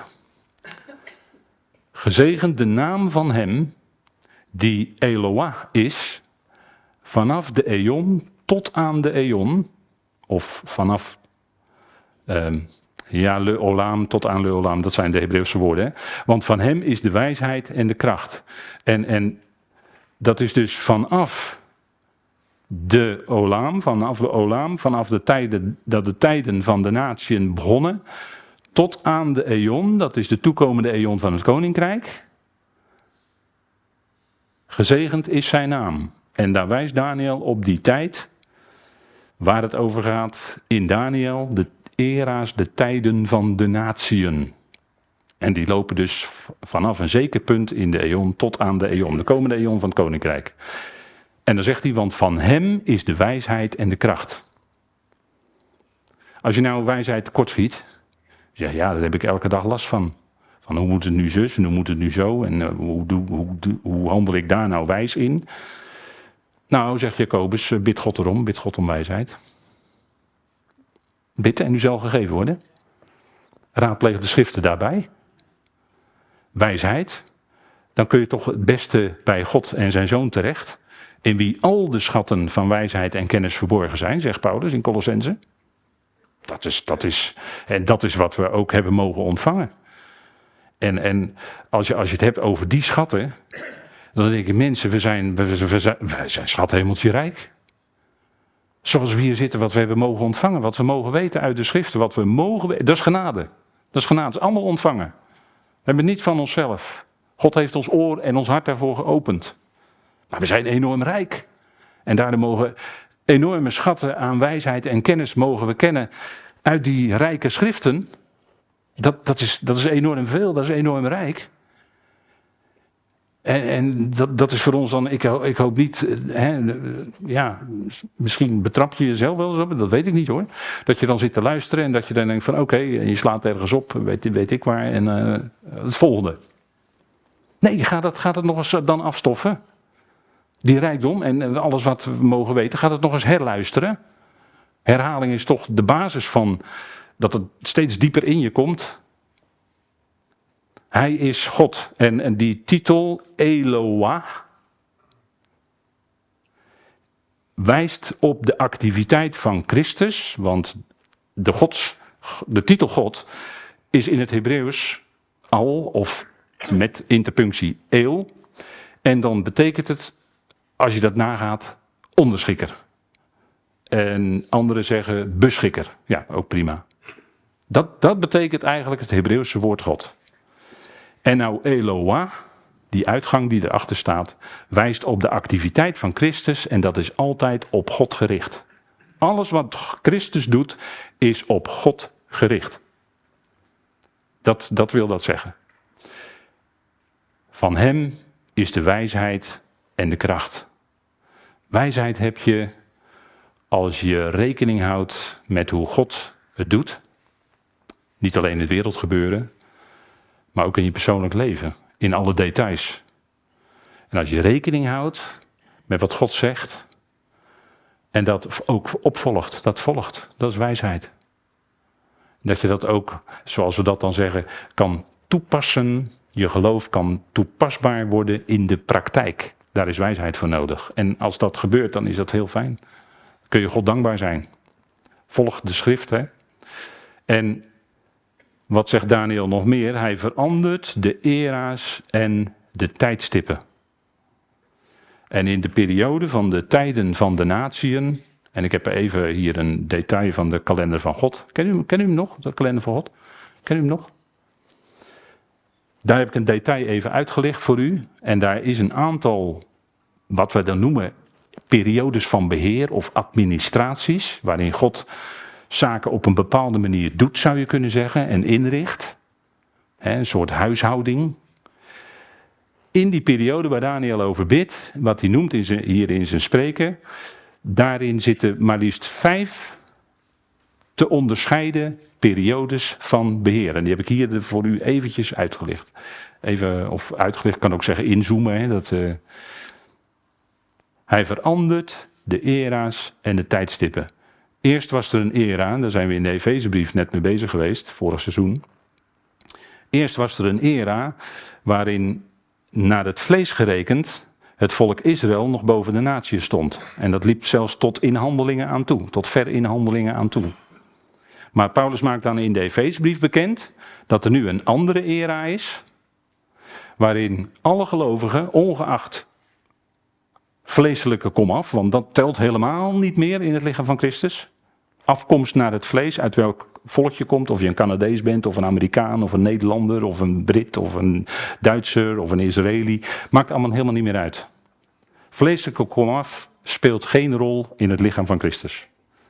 Gezegend de naam van hem die Eloah is, vanaf de eon tot aan de eon, of vanaf... Uh, Ja, le olam tot aan le olam, dat zijn de Hebreeuwse woorden. Hè? Want van hem is de wijsheid en de kracht. En, en dat is dus vanaf de olam, vanaf de olam, vanaf de tijden, dat de tijden van de natieën begonnen, tot aan de eon, dat is de toekomende eon van het koninkrijk. Gezegend is zijn naam. En daar wijst Daniel op die tijd, waar het over gaat in Daniel, de era's, de tijden van de natieën. En die lopen dus vanaf een zeker punt in de eon tot aan de eon, de komende eon van het koninkrijk. En dan zegt hij, want van hem is de wijsheid en de kracht. Als je nou wijsheid tekortschiet, zeg je, ja, daar heb ik elke dag last van. Van hoe moet het nu zus en hoe moet het nu zo en uh, hoe, hoe, hoe, hoe handel ik daar nou wijs in? Nou, zegt Jacobus, uh, bid God erom, bid God om wijsheid. Bid en u zal gegeven worden. Raadpleeg de schriften daarbij. Wijsheid. Dan kun je toch het beste bij God en zijn Zoon terecht. In wie al de schatten van wijsheid en kennis verborgen zijn, zegt Paulus in Colossenzen. Dat is, dat is, en dat is wat we ook hebben mogen ontvangen. En, en als, je, als je het hebt over die schatten, dan denk ik, mensen, we zijn, we, we zijn, wij zijn schat-hemeltje rijk. Zoals we hier zitten, wat we hebben mogen ontvangen, wat we mogen weten uit de schriften, wat we mogen weten, dat is genade. Dat is genade, dat is allemaal ontvangen. We hebben het niet van onszelf. God heeft ons oor en ons hart daarvoor geopend. Maar we zijn enorm rijk. En daardoor mogen enorme schatten aan wijsheid en kennis mogen we kennen uit die rijke schriften. Dat, dat, is, dat is enorm veel, dat is enorm rijk. En, en dat, dat is voor ons dan, ik, ik hoop niet, hè, ja, misschien betrap je jezelf wel eens op, dat weet ik niet hoor. Dat je dan zit te luisteren en dat je dan denkt van oké, okay, je slaat ergens op, weet, weet ik waar, en uh, het volgende. Nee, gaat het, gaat het nog eens dan afstoffen? Die rijkdom en alles wat we mogen weten, gaat het nog eens herluisteren? Herhaling is toch de basis van dat het steeds dieper in je komt. Hij is God. En, en die titel, Eloah, wijst op de activiteit van Christus. Want de, gods, de titel God is in het Hebreeuws al of met interpunctie eel. En dan betekent het, als je dat nagaat, onderschikker. En anderen zeggen beschikker. Ja, ook prima. Dat, dat betekent eigenlijk het Hebreeuwse woord God. En nou Eloah, die uitgang die erachter staat, wijst op de activiteit van Christus en dat is altijd op God gericht. Alles wat Christus doet, is op God gericht. Dat, dat wil dat zeggen. Van hem is de wijsheid en de kracht. Wijsheid heb je als je rekening houdt met hoe God het doet. Niet alleen in het wereldgebeuren, maar ook in je persoonlijk leven. In alle details. En als je rekening houdt met wat God zegt. En dat ook opvolgt, dat volgt. Dat is wijsheid. Dat je dat ook, zoals we dat dan zeggen, kan toepassen. Je geloof kan toepasbaar worden in de praktijk. Daar is wijsheid voor nodig. En als dat gebeurt, dan is dat heel fijn. Dan kun je God dankbaar zijn. Volg de schrift, hè. En wat zegt Daniel nog meer? Hij verandert de era's en de tijdstippen. En in de periode van de tijden van de natieën, en ik heb even hier een detail van de kalender van God. Ken u, ken u hem nog, de kalender van God? Ken u hem nog? Daar heb ik een detail even uitgelegd voor u. En daar is een aantal, wat we dan noemen, periodes van beheer of administraties, waarin God zaken op een bepaalde manier doet, zou je kunnen zeggen, en inricht. He, een soort huishouding. In die periode waar Daniel over bidt, wat hij noemt in zijn, hier in zijn spreken, daarin zitten maar liefst vijf te onderscheiden periodes van beheer. En die heb ik hier voor u eventjes uitgelicht. Even, of uitgelicht, kan ook zeggen inzoomen. Hè, dat, uh, hij verandert de era's en de tijdstippen. Eerst was er een era, daar zijn we in de Efezebrief net mee bezig geweest, vorig seizoen. Eerst was er een era waarin, naar het vlees gerekend, het volk Israël nog boven de natie stond. En dat liep zelfs tot in handelingen aan toe, tot ver in handelingen aan toe. Maar Paulus maakt dan in de Efezebrief bekend dat er nu een andere era is, waarin alle gelovigen, ongeacht vleeselijke komaf, want dat telt helemaal niet meer in het lichaam van Christus. Afkomst naar het vlees, uit welk volk je komt, of je een Canadees bent, of een Amerikaan, of een Nederlander, of een Brit, of een Duitser, of een Israëli, maakt allemaal helemaal niet meer uit. Vleeselijke komaf speelt geen rol in het lichaam van Christus.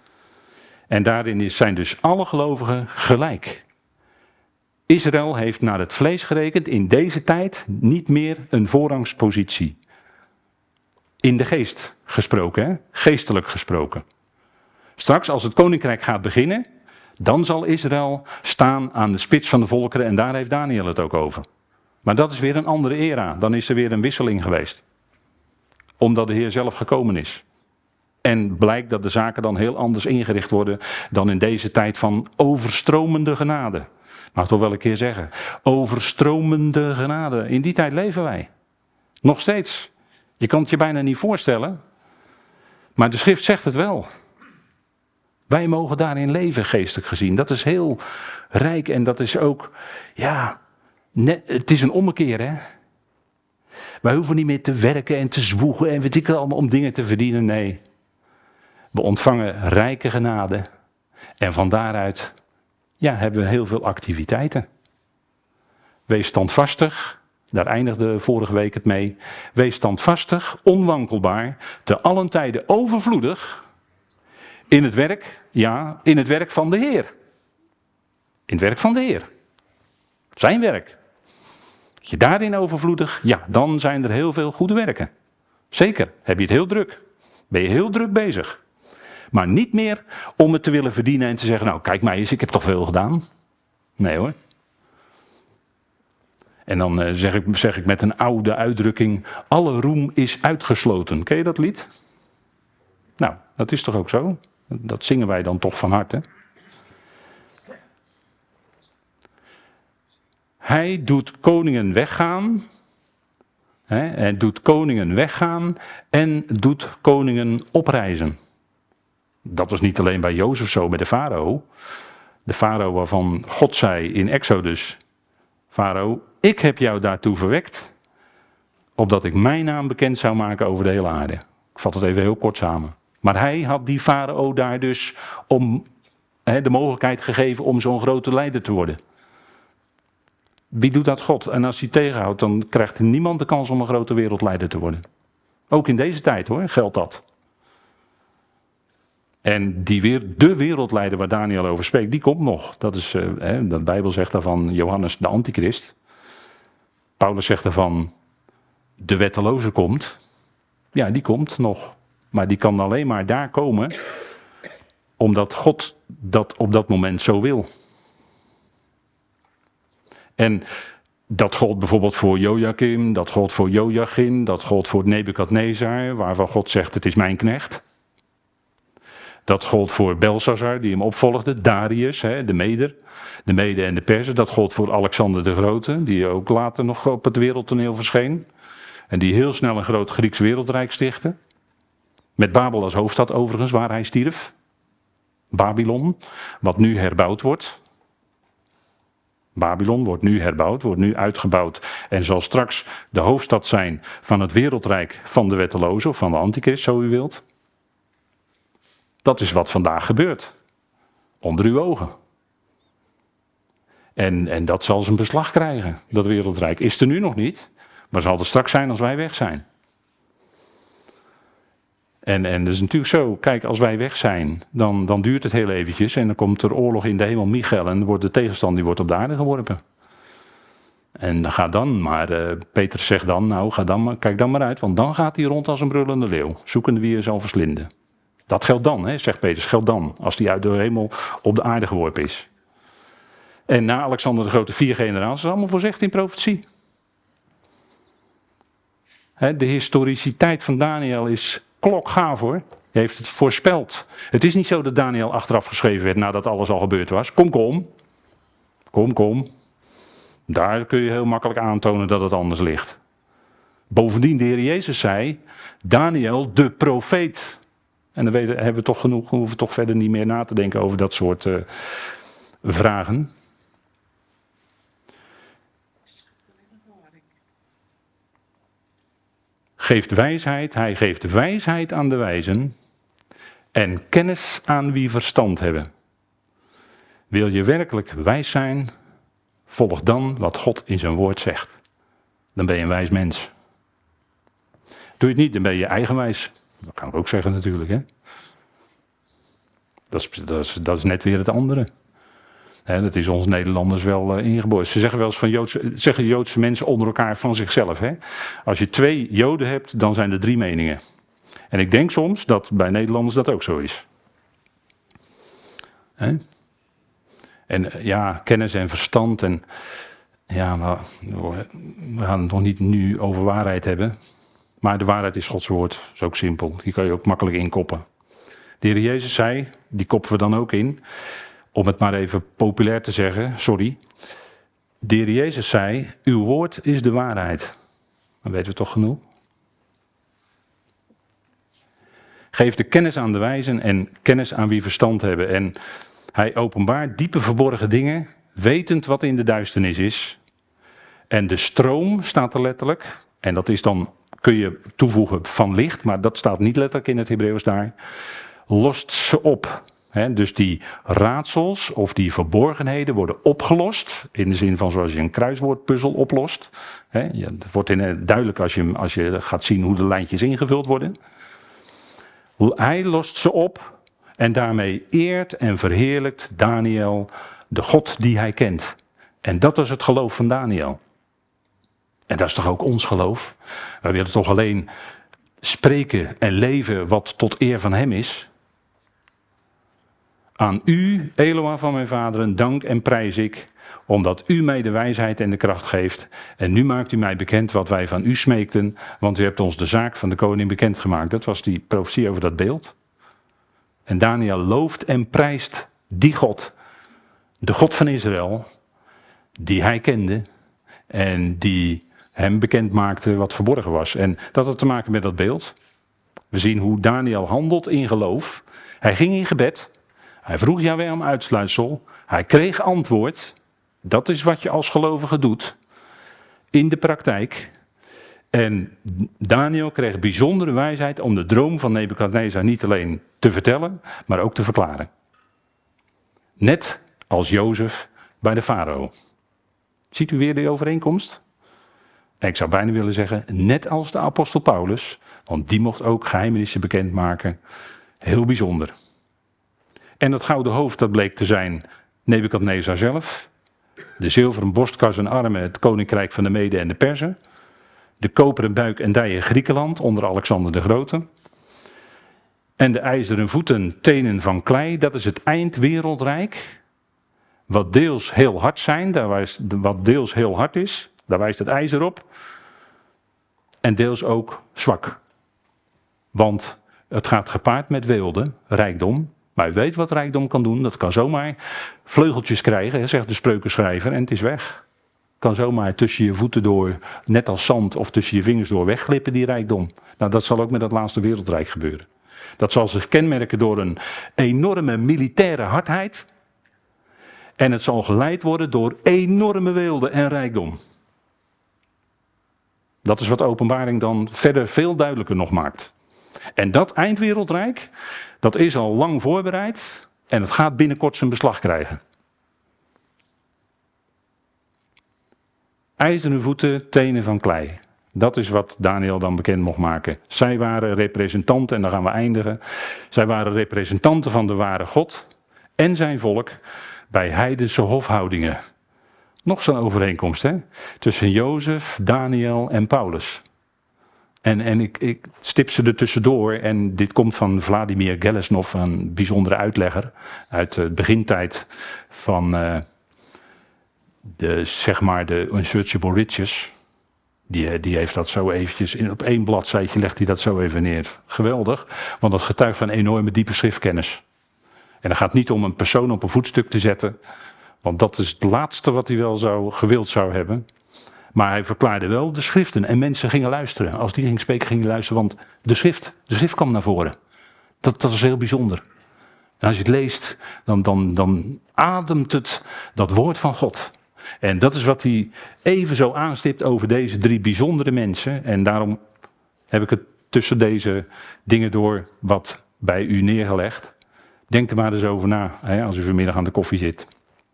En daarin zijn dus alle gelovigen gelijk. Israël heeft naar het vlees gerekend in deze tijd niet meer een voorrangspositie. In de geest gesproken, hè? Geestelijk gesproken. Straks als het koninkrijk gaat beginnen, dan zal Israël staan aan de spits van de volkeren en daar heeft Daniel het ook over. Maar dat is weer een andere era, dan is er weer een wisseling geweest. Omdat de Heer zelf gekomen is. En blijkt dat de zaken dan heel anders ingericht worden dan in deze tijd van overstromende genade. Mag ik toch wel een keer zeggen. Overstromende genade. In die tijd leven wij. Nog steeds. Je kan het je bijna niet voorstellen. Maar de schrift zegt het wel. Wij mogen daarin leven, geestelijk gezien. Dat is heel rijk en dat is ook, ja, net, het is een ommekeer, hè. Wij hoeven niet meer te werken en te zwoegen en weet ik wel allemaal om dingen te verdienen, nee. We ontvangen rijke genade en van daaruit, ja, hebben we heel veel activiteiten. Wees standvastig, daar eindigde vorige week het mee. Wees standvastig, onwankelbaar, te allen tijden overvloedig. In het werk, ja, in het werk van de Heer. In het werk van de Heer. Zijn werk. Als je daarin overvloedig, ja, dan zijn er heel veel goede werken. Zeker, heb je het heel druk. Ben je heel druk bezig. Maar niet meer om het te willen verdienen en te zeggen, nou kijk mij eens, ik heb toch veel gedaan. Nee hoor. En dan uh, zeg, ik, zeg ik met een oude uitdrukking, alle roem is uitgesloten. Ken je dat lied? Nou, dat is toch ook zo? Dat zingen wij dan toch van harte. Hij doet koningen weggaan. Hè, hij doet koningen weggaan en doet koningen oprijzen. Dat was niet alleen bij Jozef zo met de farao. De farao waarvan God zei in Exodus: Farao, ik heb jou daartoe verwekt, opdat ik mijn naam bekend zou maken over de hele aarde. Ik vat het even heel kort samen. Maar hij had die farao daar dus om hè, de mogelijkheid gegeven om zo'n grote leider te worden. Wie doet dat? God. En als hij tegenhoudt, dan krijgt niemand de kans om een grote wereldleider te worden. Ook in deze tijd hoor, geldt dat. En die weer, de wereldleider waar Daniel over spreekt, die komt nog. Dat is, uh, hè, de Bijbel zegt daarvan Johannes de Antichrist. Paulus zegt daarvan de wetteloze komt. Ja, die komt nog. Maar die kan alleen maar daar komen omdat God dat op dat moment zo wil. En dat gold bijvoorbeeld voor Jojakim, dat gold voor Jojachim, dat gold voor Nebukadnezar, waarvan God zegt: het is mijn knecht. Dat gold voor Belshazzar, die hem opvolgde, Darius, hè, de Meder, de Mede en de Perzen. Dat gold voor Alexander de Grote, die ook later nog op het wereldtoneel verscheen. En die heel snel een groot Grieks wereldrijk stichtte. Met Babel als hoofdstad overigens, waar hij stierf. Babylon, wat nu herbouwd wordt. Babylon wordt nu herbouwd, wordt nu uitgebouwd en zal straks de hoofdstad zijn van het wereldrijk van de wetteloze, of van de antichrist, zo u wilt. Dat is wat vandaag gebeurt. Onder uw ogen. En, en dat zal zijn beslag krijgen, dat wereldrijk. Is er nu nog niet, maar zal er straks zijn als wij weg zijn. En, en dat is natuurlijk zo, kijk, als wij weg zijn, dan, dan duurt het heel eventjes en dan komt er oorlog in de hemel, Michael, en wordt de tegenstander die wordt op de aarde geworpen. En ga dan maar, uh, Petrus zegt dan, nou ga dan maar, kijk dan maar uit, want dan gaat hij rond als een brullende leeuw, zoekende wie er zal verslinden. Dat geldt dan, hè, zegt Petrus, geldt dan, als die uit de hemel op de aarde geworpen is. En na Alexander de Grote vier generaties, is allemaal voorzegd in profetie. Hè, de historiciteit van Daniel is klokgaaf hoor. Hij heeft het voorspeld. Het is niet zo dat Daniel achteraf geschreven werd nadat alles al gebeurd was. Kom, kom. Kom, kom. Daar kun je heel makkelijk aantonen dat het anders ligt. Bovendien, de Heer Jezus zei, Daniel, de profeet. En dan weten, hebben we toch genoeg, we hoeven toch verder niet meer na te denken over dat soort uh, vragen. Geeft wijsheid, hij geeft wijsheid aan de wijzen en kennis aan wie verstand hebben. Wil je werkelijk wijs zijn, volg dan wat God in zijn woord zegt. Dan ben je een wijs mens. Doe je het niet, dan ben je eigenwijs. Dat kan ik ook zeggen natuurlijk. Hè? Dat, is, dat, is, dat is net weer het andere. He, dat is ons Nederlanders wel uh, ingeboren. Ze zeggen wel eens van Joodse, zeggen Joodse mensen onder elkaar van zichzelf. Hè? Als je twee Joden hebt, dan zijn er drie meningen. En ik denk soms dat bij Nederlanders dat ook zo is. He? En uh, ja, kennis en verstand. En, ja, maar, we gaan het nog niet nu over waarheid hebben. Maar de waarheid is Gods woord. Dat is ook simpel. Die kan je ook makkelijk inkoppen. De Heer Jezus zei, die koppen we dan ook in. Om het maar even populair te zeggen, sorry. De Heer Jezus zei, uw woord is de waarheid. Dan weten we toch genoeg. Geef de kennis aan de wijzen en kennis aan wie verstand hebben. En hij openbaart diepe verborgen dingen, wetend wat in de duisternis is. En de stroom staat er letterlijk. En dat is dan, kun je toevoegen van licht, maar dat staat niet letterlijk in het Hebreeuws daar. Lost ze op. He, dus die raadsels of die verborgenheden worden opgelost. In de zin van zoals je een kruiswoordpuzzel oplost. He, ja, het wordt in, duidelijk als je, als je gaat zien hoe de lijntjes ingevuld worden. Hij lost ze op en daarmee eert en verheerlijkt Daniel de God die hij kent. En dat is het geloof van Daniel. En dat is toch ook ons geloof? Wij willen toch alleen spreken en leven wat tot eer van hem is. Aan u, Eloa van mijn vaderen, dank en prijs ik, omdat u mij de wijsheid en de kracht geeft. En nu maakt u mij bekend wat wij van u smeekten, want u hebt ons de zaak van de koning bekendgemaakt. Dat was die profetie over dat beeld. En Daniel looft en prijst die God, de God van Israël, die hij kende en die hem bekend maakte wat verborgen was. En dat had te maken met dat beeld. We zien hoe Daniel handelt in geloof. Hij ging in gebed, hij vroeg Yahweh om uitsluitsel, hij kreeg antwoord. Dat is wat je als gelovige doet in de praktijk. En Daniel kreeg bijzondere wijsheid om de droom van Nebukadnezar niet alleen te vertellen, maar ook te verklaren. Net als Jozef bij de farao. Ziet u weer die overeenkomst? En ik zou bijna willen zeggen, net als de apostel Paulus, want die mocht ook geheimenissen bekendmaken. Heel bijzonder. En dat gouden hoofd, dat bleek te zijn Nebukadnezar zelf. De zilveren borstkas en armen, het koninkrijk van de Meden en de Perzen. De koperen buik en dijen Griekenland onder Alexander de Grote. En de ijzeren voeten, tenen van klei, dat is het eindwereldrijk. Wat deels heel hard zijn, daar wijst, wat deels heel hard is, daar wijst het ijzer op. En deels ook zwak. Want het gaat gepaard met weelde, rijkdom. Maar u weet wat rijkdom kan doen, dat kan zomaar vleugeltjes krijgen, zegt de spreukenschrijver, en het is weg. Kan zomaar tussen je voeten door, net als zand, of tussen je vingers door wegglippen, die rijkdom. Nou, dat zal ook met het laatste wereldrijk gebeuren. Dat zal zich kenmerken door een enorme militaire hardheid. En het zal geleid worden door enorme weelde en rijkdom. Dat is wat de Openbaring dan verder veel duidelijker nog maakt. En dat eindwereldrijk, dat is al lang voorbereid en het gaat binnenkort zijn beslag krijgen. IJzeren voeten, tenen van klei. Dat is wat Daniel dan bekend mocht maken. Zij waren representanten, en dan gaan we eindigen. Zij waren representanten van de ware God en zijn volk bij heidense hofhoudingen. Nog zo'n overeenkomst, hè? Tussen Jozef, Daniel en Paulus. En, en ik, ik stip ze er tussendoor, en dit komt van Vladimir Gelesnov, een bijzondere uitlegger uit de begintijd van uh, de, zeg maar de Unsearchable Riches. Die, die heeft dat zo eventjes, in, op één bladzijtje legt hij dat zo even neer. Geweldig, want dat getuigt van enorme diepe schriftkennis. En het gaat niet om een persoon op een voetstuk te zetten, want dat is het laatste wat hij wel zou, gewild zou hebben. Maar hij verklaarde wel de schriften en mensen gingen luisteren. Als die ging spreken, gingen luisteren, want de schrift, de schrift kwam naar voren. Dat, dat is heel bijzonder. En als je het leest, dan, dan, dan ademt het dat woord van God. En dat is wat hij even zo aanstipt over deze drie bijzondere mensen. En daarom heb ik het tussen deze dingen door wat bij u neergelegd. Denk er maar eens over na, hè, als u vanmiddag aan de koffie zit.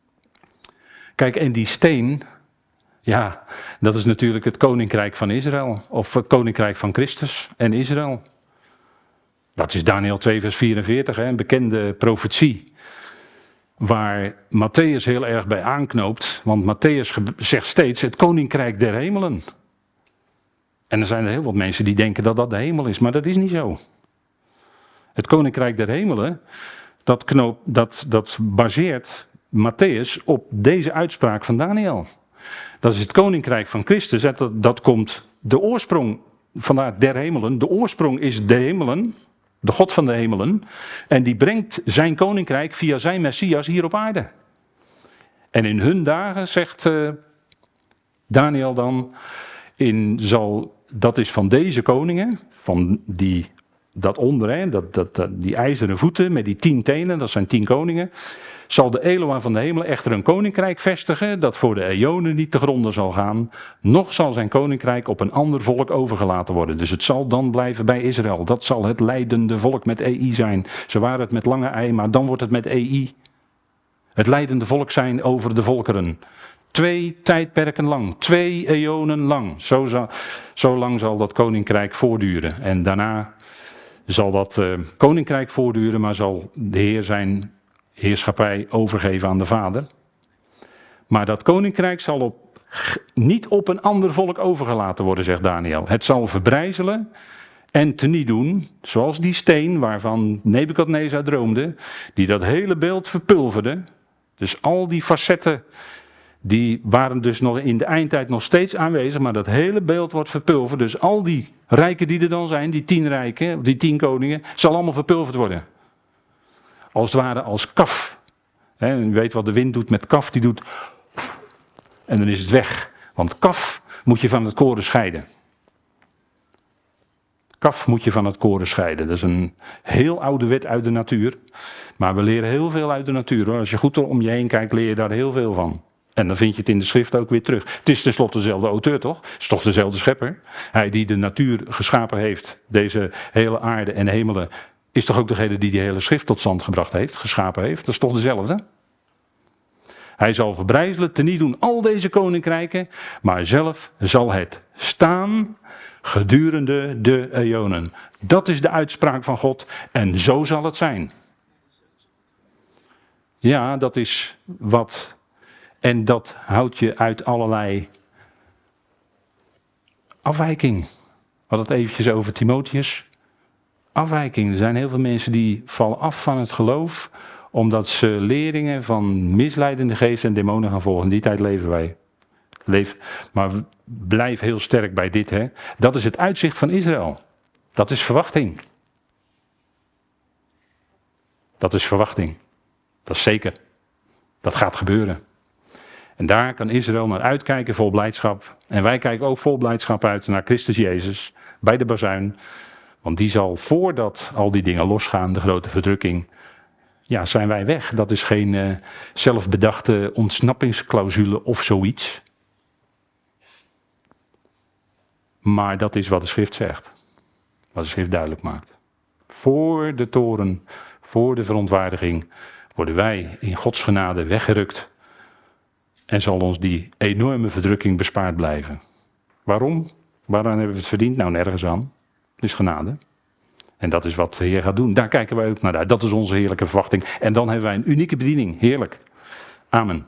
Kijk, en die steen, ja, dat is natuurlijk het koninkrijk van Israël. Of het koninkrijk van Christus en Israël. Dat is Daniel twee vers vierenveertig, hè, een bekende profetie. Waar Matthäus heel erg bij aanknoopt. Want Matthäus zegt steeds het koninkrijk der hemelen. En er zijn er heel wat mensen die denken dat dat de hemel is. Maar dat is niet zo. Het koninkrijk der hemelen, dat, knoop, dat, dat baseert Matthäus op deze uitspraak van Daniel. Dat is het koninkrijk van Christus. Dat, dat komt de oorsprong, vandaar der hemelen. De oorsprong is de hemelen. De God van de hemelen. En die brengt zijn koninkrijk via zijn Messias hier op aarde. En in hun dagen, zegt uh, Daniel dan, in zal, dat is van deze koningen, van die, dat onder, hè, dat, dat, dat, die ijzeren voeten met die tien tenen, dat zijn tien koningen, zal de Eloa van de hemelen echter een koninkrijk vestigen, dat voor de eonen niet te gronden zal gaan, noch zal zijn koninkrijk op een ander volk overgelaten worden. Dus het zal dan blijven bij Israël. Dat zal het leidende volk met E I zijn. Ze waren het met lange I, maar dan wordt het met E I. Het leidende volk zijn over de volkeren. Twee tijdperken lang, twee eonen lang. Zo, zal, zo lang zal dat koninkrijk voortduren. En daarna zal dat uh, koninkrijk voortduren, maar zal de Heer zijn heerschappij overgeven aan de Vader. Maar dat koninkrijk zal op, niet op een ander volk overgelaten worden, zegt Daniel. Het zal verbrijzelen en teniet doen, zoals die steen waarvan Nebukadnezar droomde, die dat hele beeld verpulverde. Dus al die facetten, die waren dus nog in de eindtijd nog steeds aanwezig, maar dat hele beeld wordt verpulverd. Dus al die rijken die er dan zijn, die tien rijken, die tien koningen, zal allemaal verpulverd worden. als het ware als kaf. He, u weet wat de wind doet met kaf, die doet en dan is het weg. Want kaf moet je van het koren scheiden. Kaf moet je van het koren scheiden. Dat is een heel oude wet uit de natuur. Maar we leren heel veel uit de natuur, hoor. Als je goed om je heen kijkt, leer je daar heel veel van. En dan vind je het in de schrift ook weer terug. Het is tenslotte dezelfde auteur, toch? Het is toch dezelfde schepper? Hij die de natuur geschapen heeft, deze hele aarde en hemelen, is toch ook degene die die hele schrift tot stand gebracht heeft, geschapen heeft? Dat is toch dezelfde? Hij zal verbrijzelen, teniet doen al deze koninkrijken, maar zelf zal het staan gedurende de eonen. Dat is de uitspraak van God en zo zal het zijn. Ja, dat is wat. En dat houdt je uit allerlei afwijking. We hadden het eventjes over Timotheus. Afwijking. Er zijn heel veel mensen die vallen af van het geloof, omdat ze leringen van misleidende geesten en demonen gaan volgen. In die tijd leven wij. Leef, maar blijf heel sterk bij dit. Hè. Dat is het uitzicht van Israël. Dat is verwachting. Dat is verwachting. Dat is zeker. Dat gaat gebeuren. En daar kan Israël naar uitkijken vol blijdschap. En wij kijken ook vol blijdschap uit naar Christus Jezus bij de bazuin. Want die zal voordat al die dingen losgaan, de grote verdrukking, ja, zijn wij weg. Dat is geen uh, zelfbedachte ontsnappingsclausule of zoiets. Maar dat is wat de schrift zegt. Wat de schrift duidelijk maakt. Voor de toren, voor de verontwaardiging, worden wij in Gods genade weggerukt. En zal ons die enorme verdrukking bespaard blijven. Waarom? Waaraan hebben we het verdiend? Nou, nergens aan. Het is genade. En dat is wat de Heer gaat doen. Daar kijken wij ook naar uit. Dat is onze heerlijke verwachting. En dan hebben wij een unieke bediening. Heerlijk. Amen.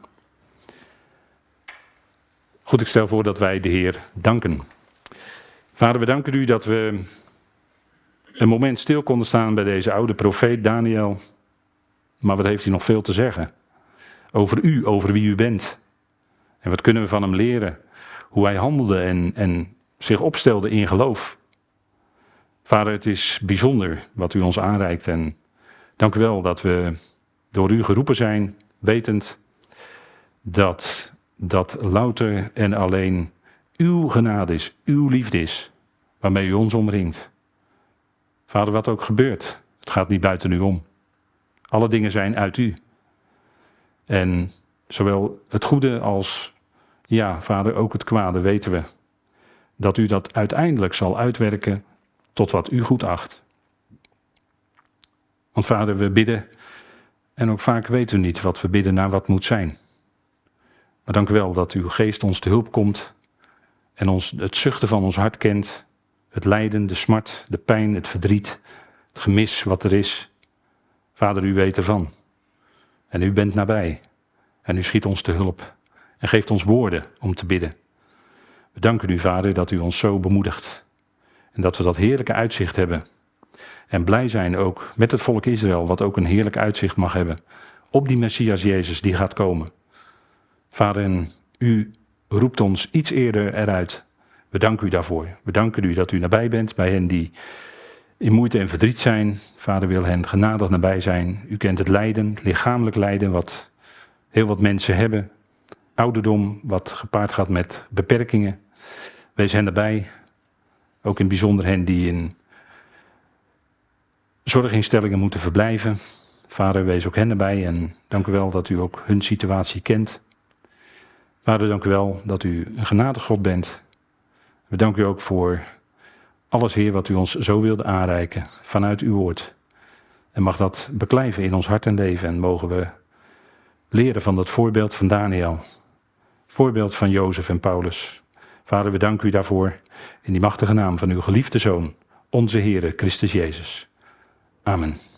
Goed, ik stel voor dat wij de Heer danken. Vader, we danken u dat we een moment stil konden staan bij deze oude profeet Daniel. Maar wat heeft hij nog veel te zeggen? Over u, over wie u bent. En wat kunnen we van hem leren? Hoe hij handelde en, en zich opstelde in geloof. Vader, het is bijzonder wat u ons aanreikt. En dank u wel dat we door u geroepen zijn, wetend dat dat louter en alleen uw genade is, uw liefde is, waarmee u ons omringt. Vader, wat ook gebeurt, het gaat niet buiten u om. Alle dingen zijn uit u. En zowel het goede als, ja, Vader, ook het kwade weten we. Dat u dat uiteindelijk zal uitwerken tot wat u goed acht. Want Vader, we bidden en ook vaak weten we niet wat we bidden naar wat moet zijn. Maar dank u wel dat uw geest ons te hulp komt en ons het zuchten van ons hart kent. Het lijden, de smart, de pijn, het verdriet, het gemis wat er is. Vader, u weet ervan. En u bent nabij. En u schiet ons te hulp. En geeft ons woorden om te bidden. We danken u, Vader, dat u ons zo bemoedigt. En dat we dat heerlijke uitzicht hebben. En blij zijn ook met het volk Israël, wat ook een heerlijk uitzicht mag hebben. Op die Messias Jezus die gaat komen. Vader, en u roept ons iets eerder eruit. We danken u daarvoor. We danken u dat u nabij bent bij hen die in moeite en verdriet zijn. Vader, wil hen genadig nabij zijn. U kent het lijden, lichamelijk lijden, wat heel wat mensen hebben. Ouderdom, wat gepaard gaat met beperkingen. Wees hen nabij. Ook in het bijzonder hen die in zorginstellingen moeten verblijven. Vader, wees ook hen nabij en dank u wel dat u ook hun situatie kent. Vader, dank u wel dat u een genadig God bent. We danken u ook voor alles, Heer, wat u ons zo wilde aanreiken vanuit uw woord. En mag dat beklijven in ons hart en leven en mogen we leren van dat voorbeeld van Daniel. Voorbeeld van Jozef en Paulus. Vader, we danken u daarvoor in die machtige naam van uw geliefde Zoon, onze Heere Christus Jezus. Amen.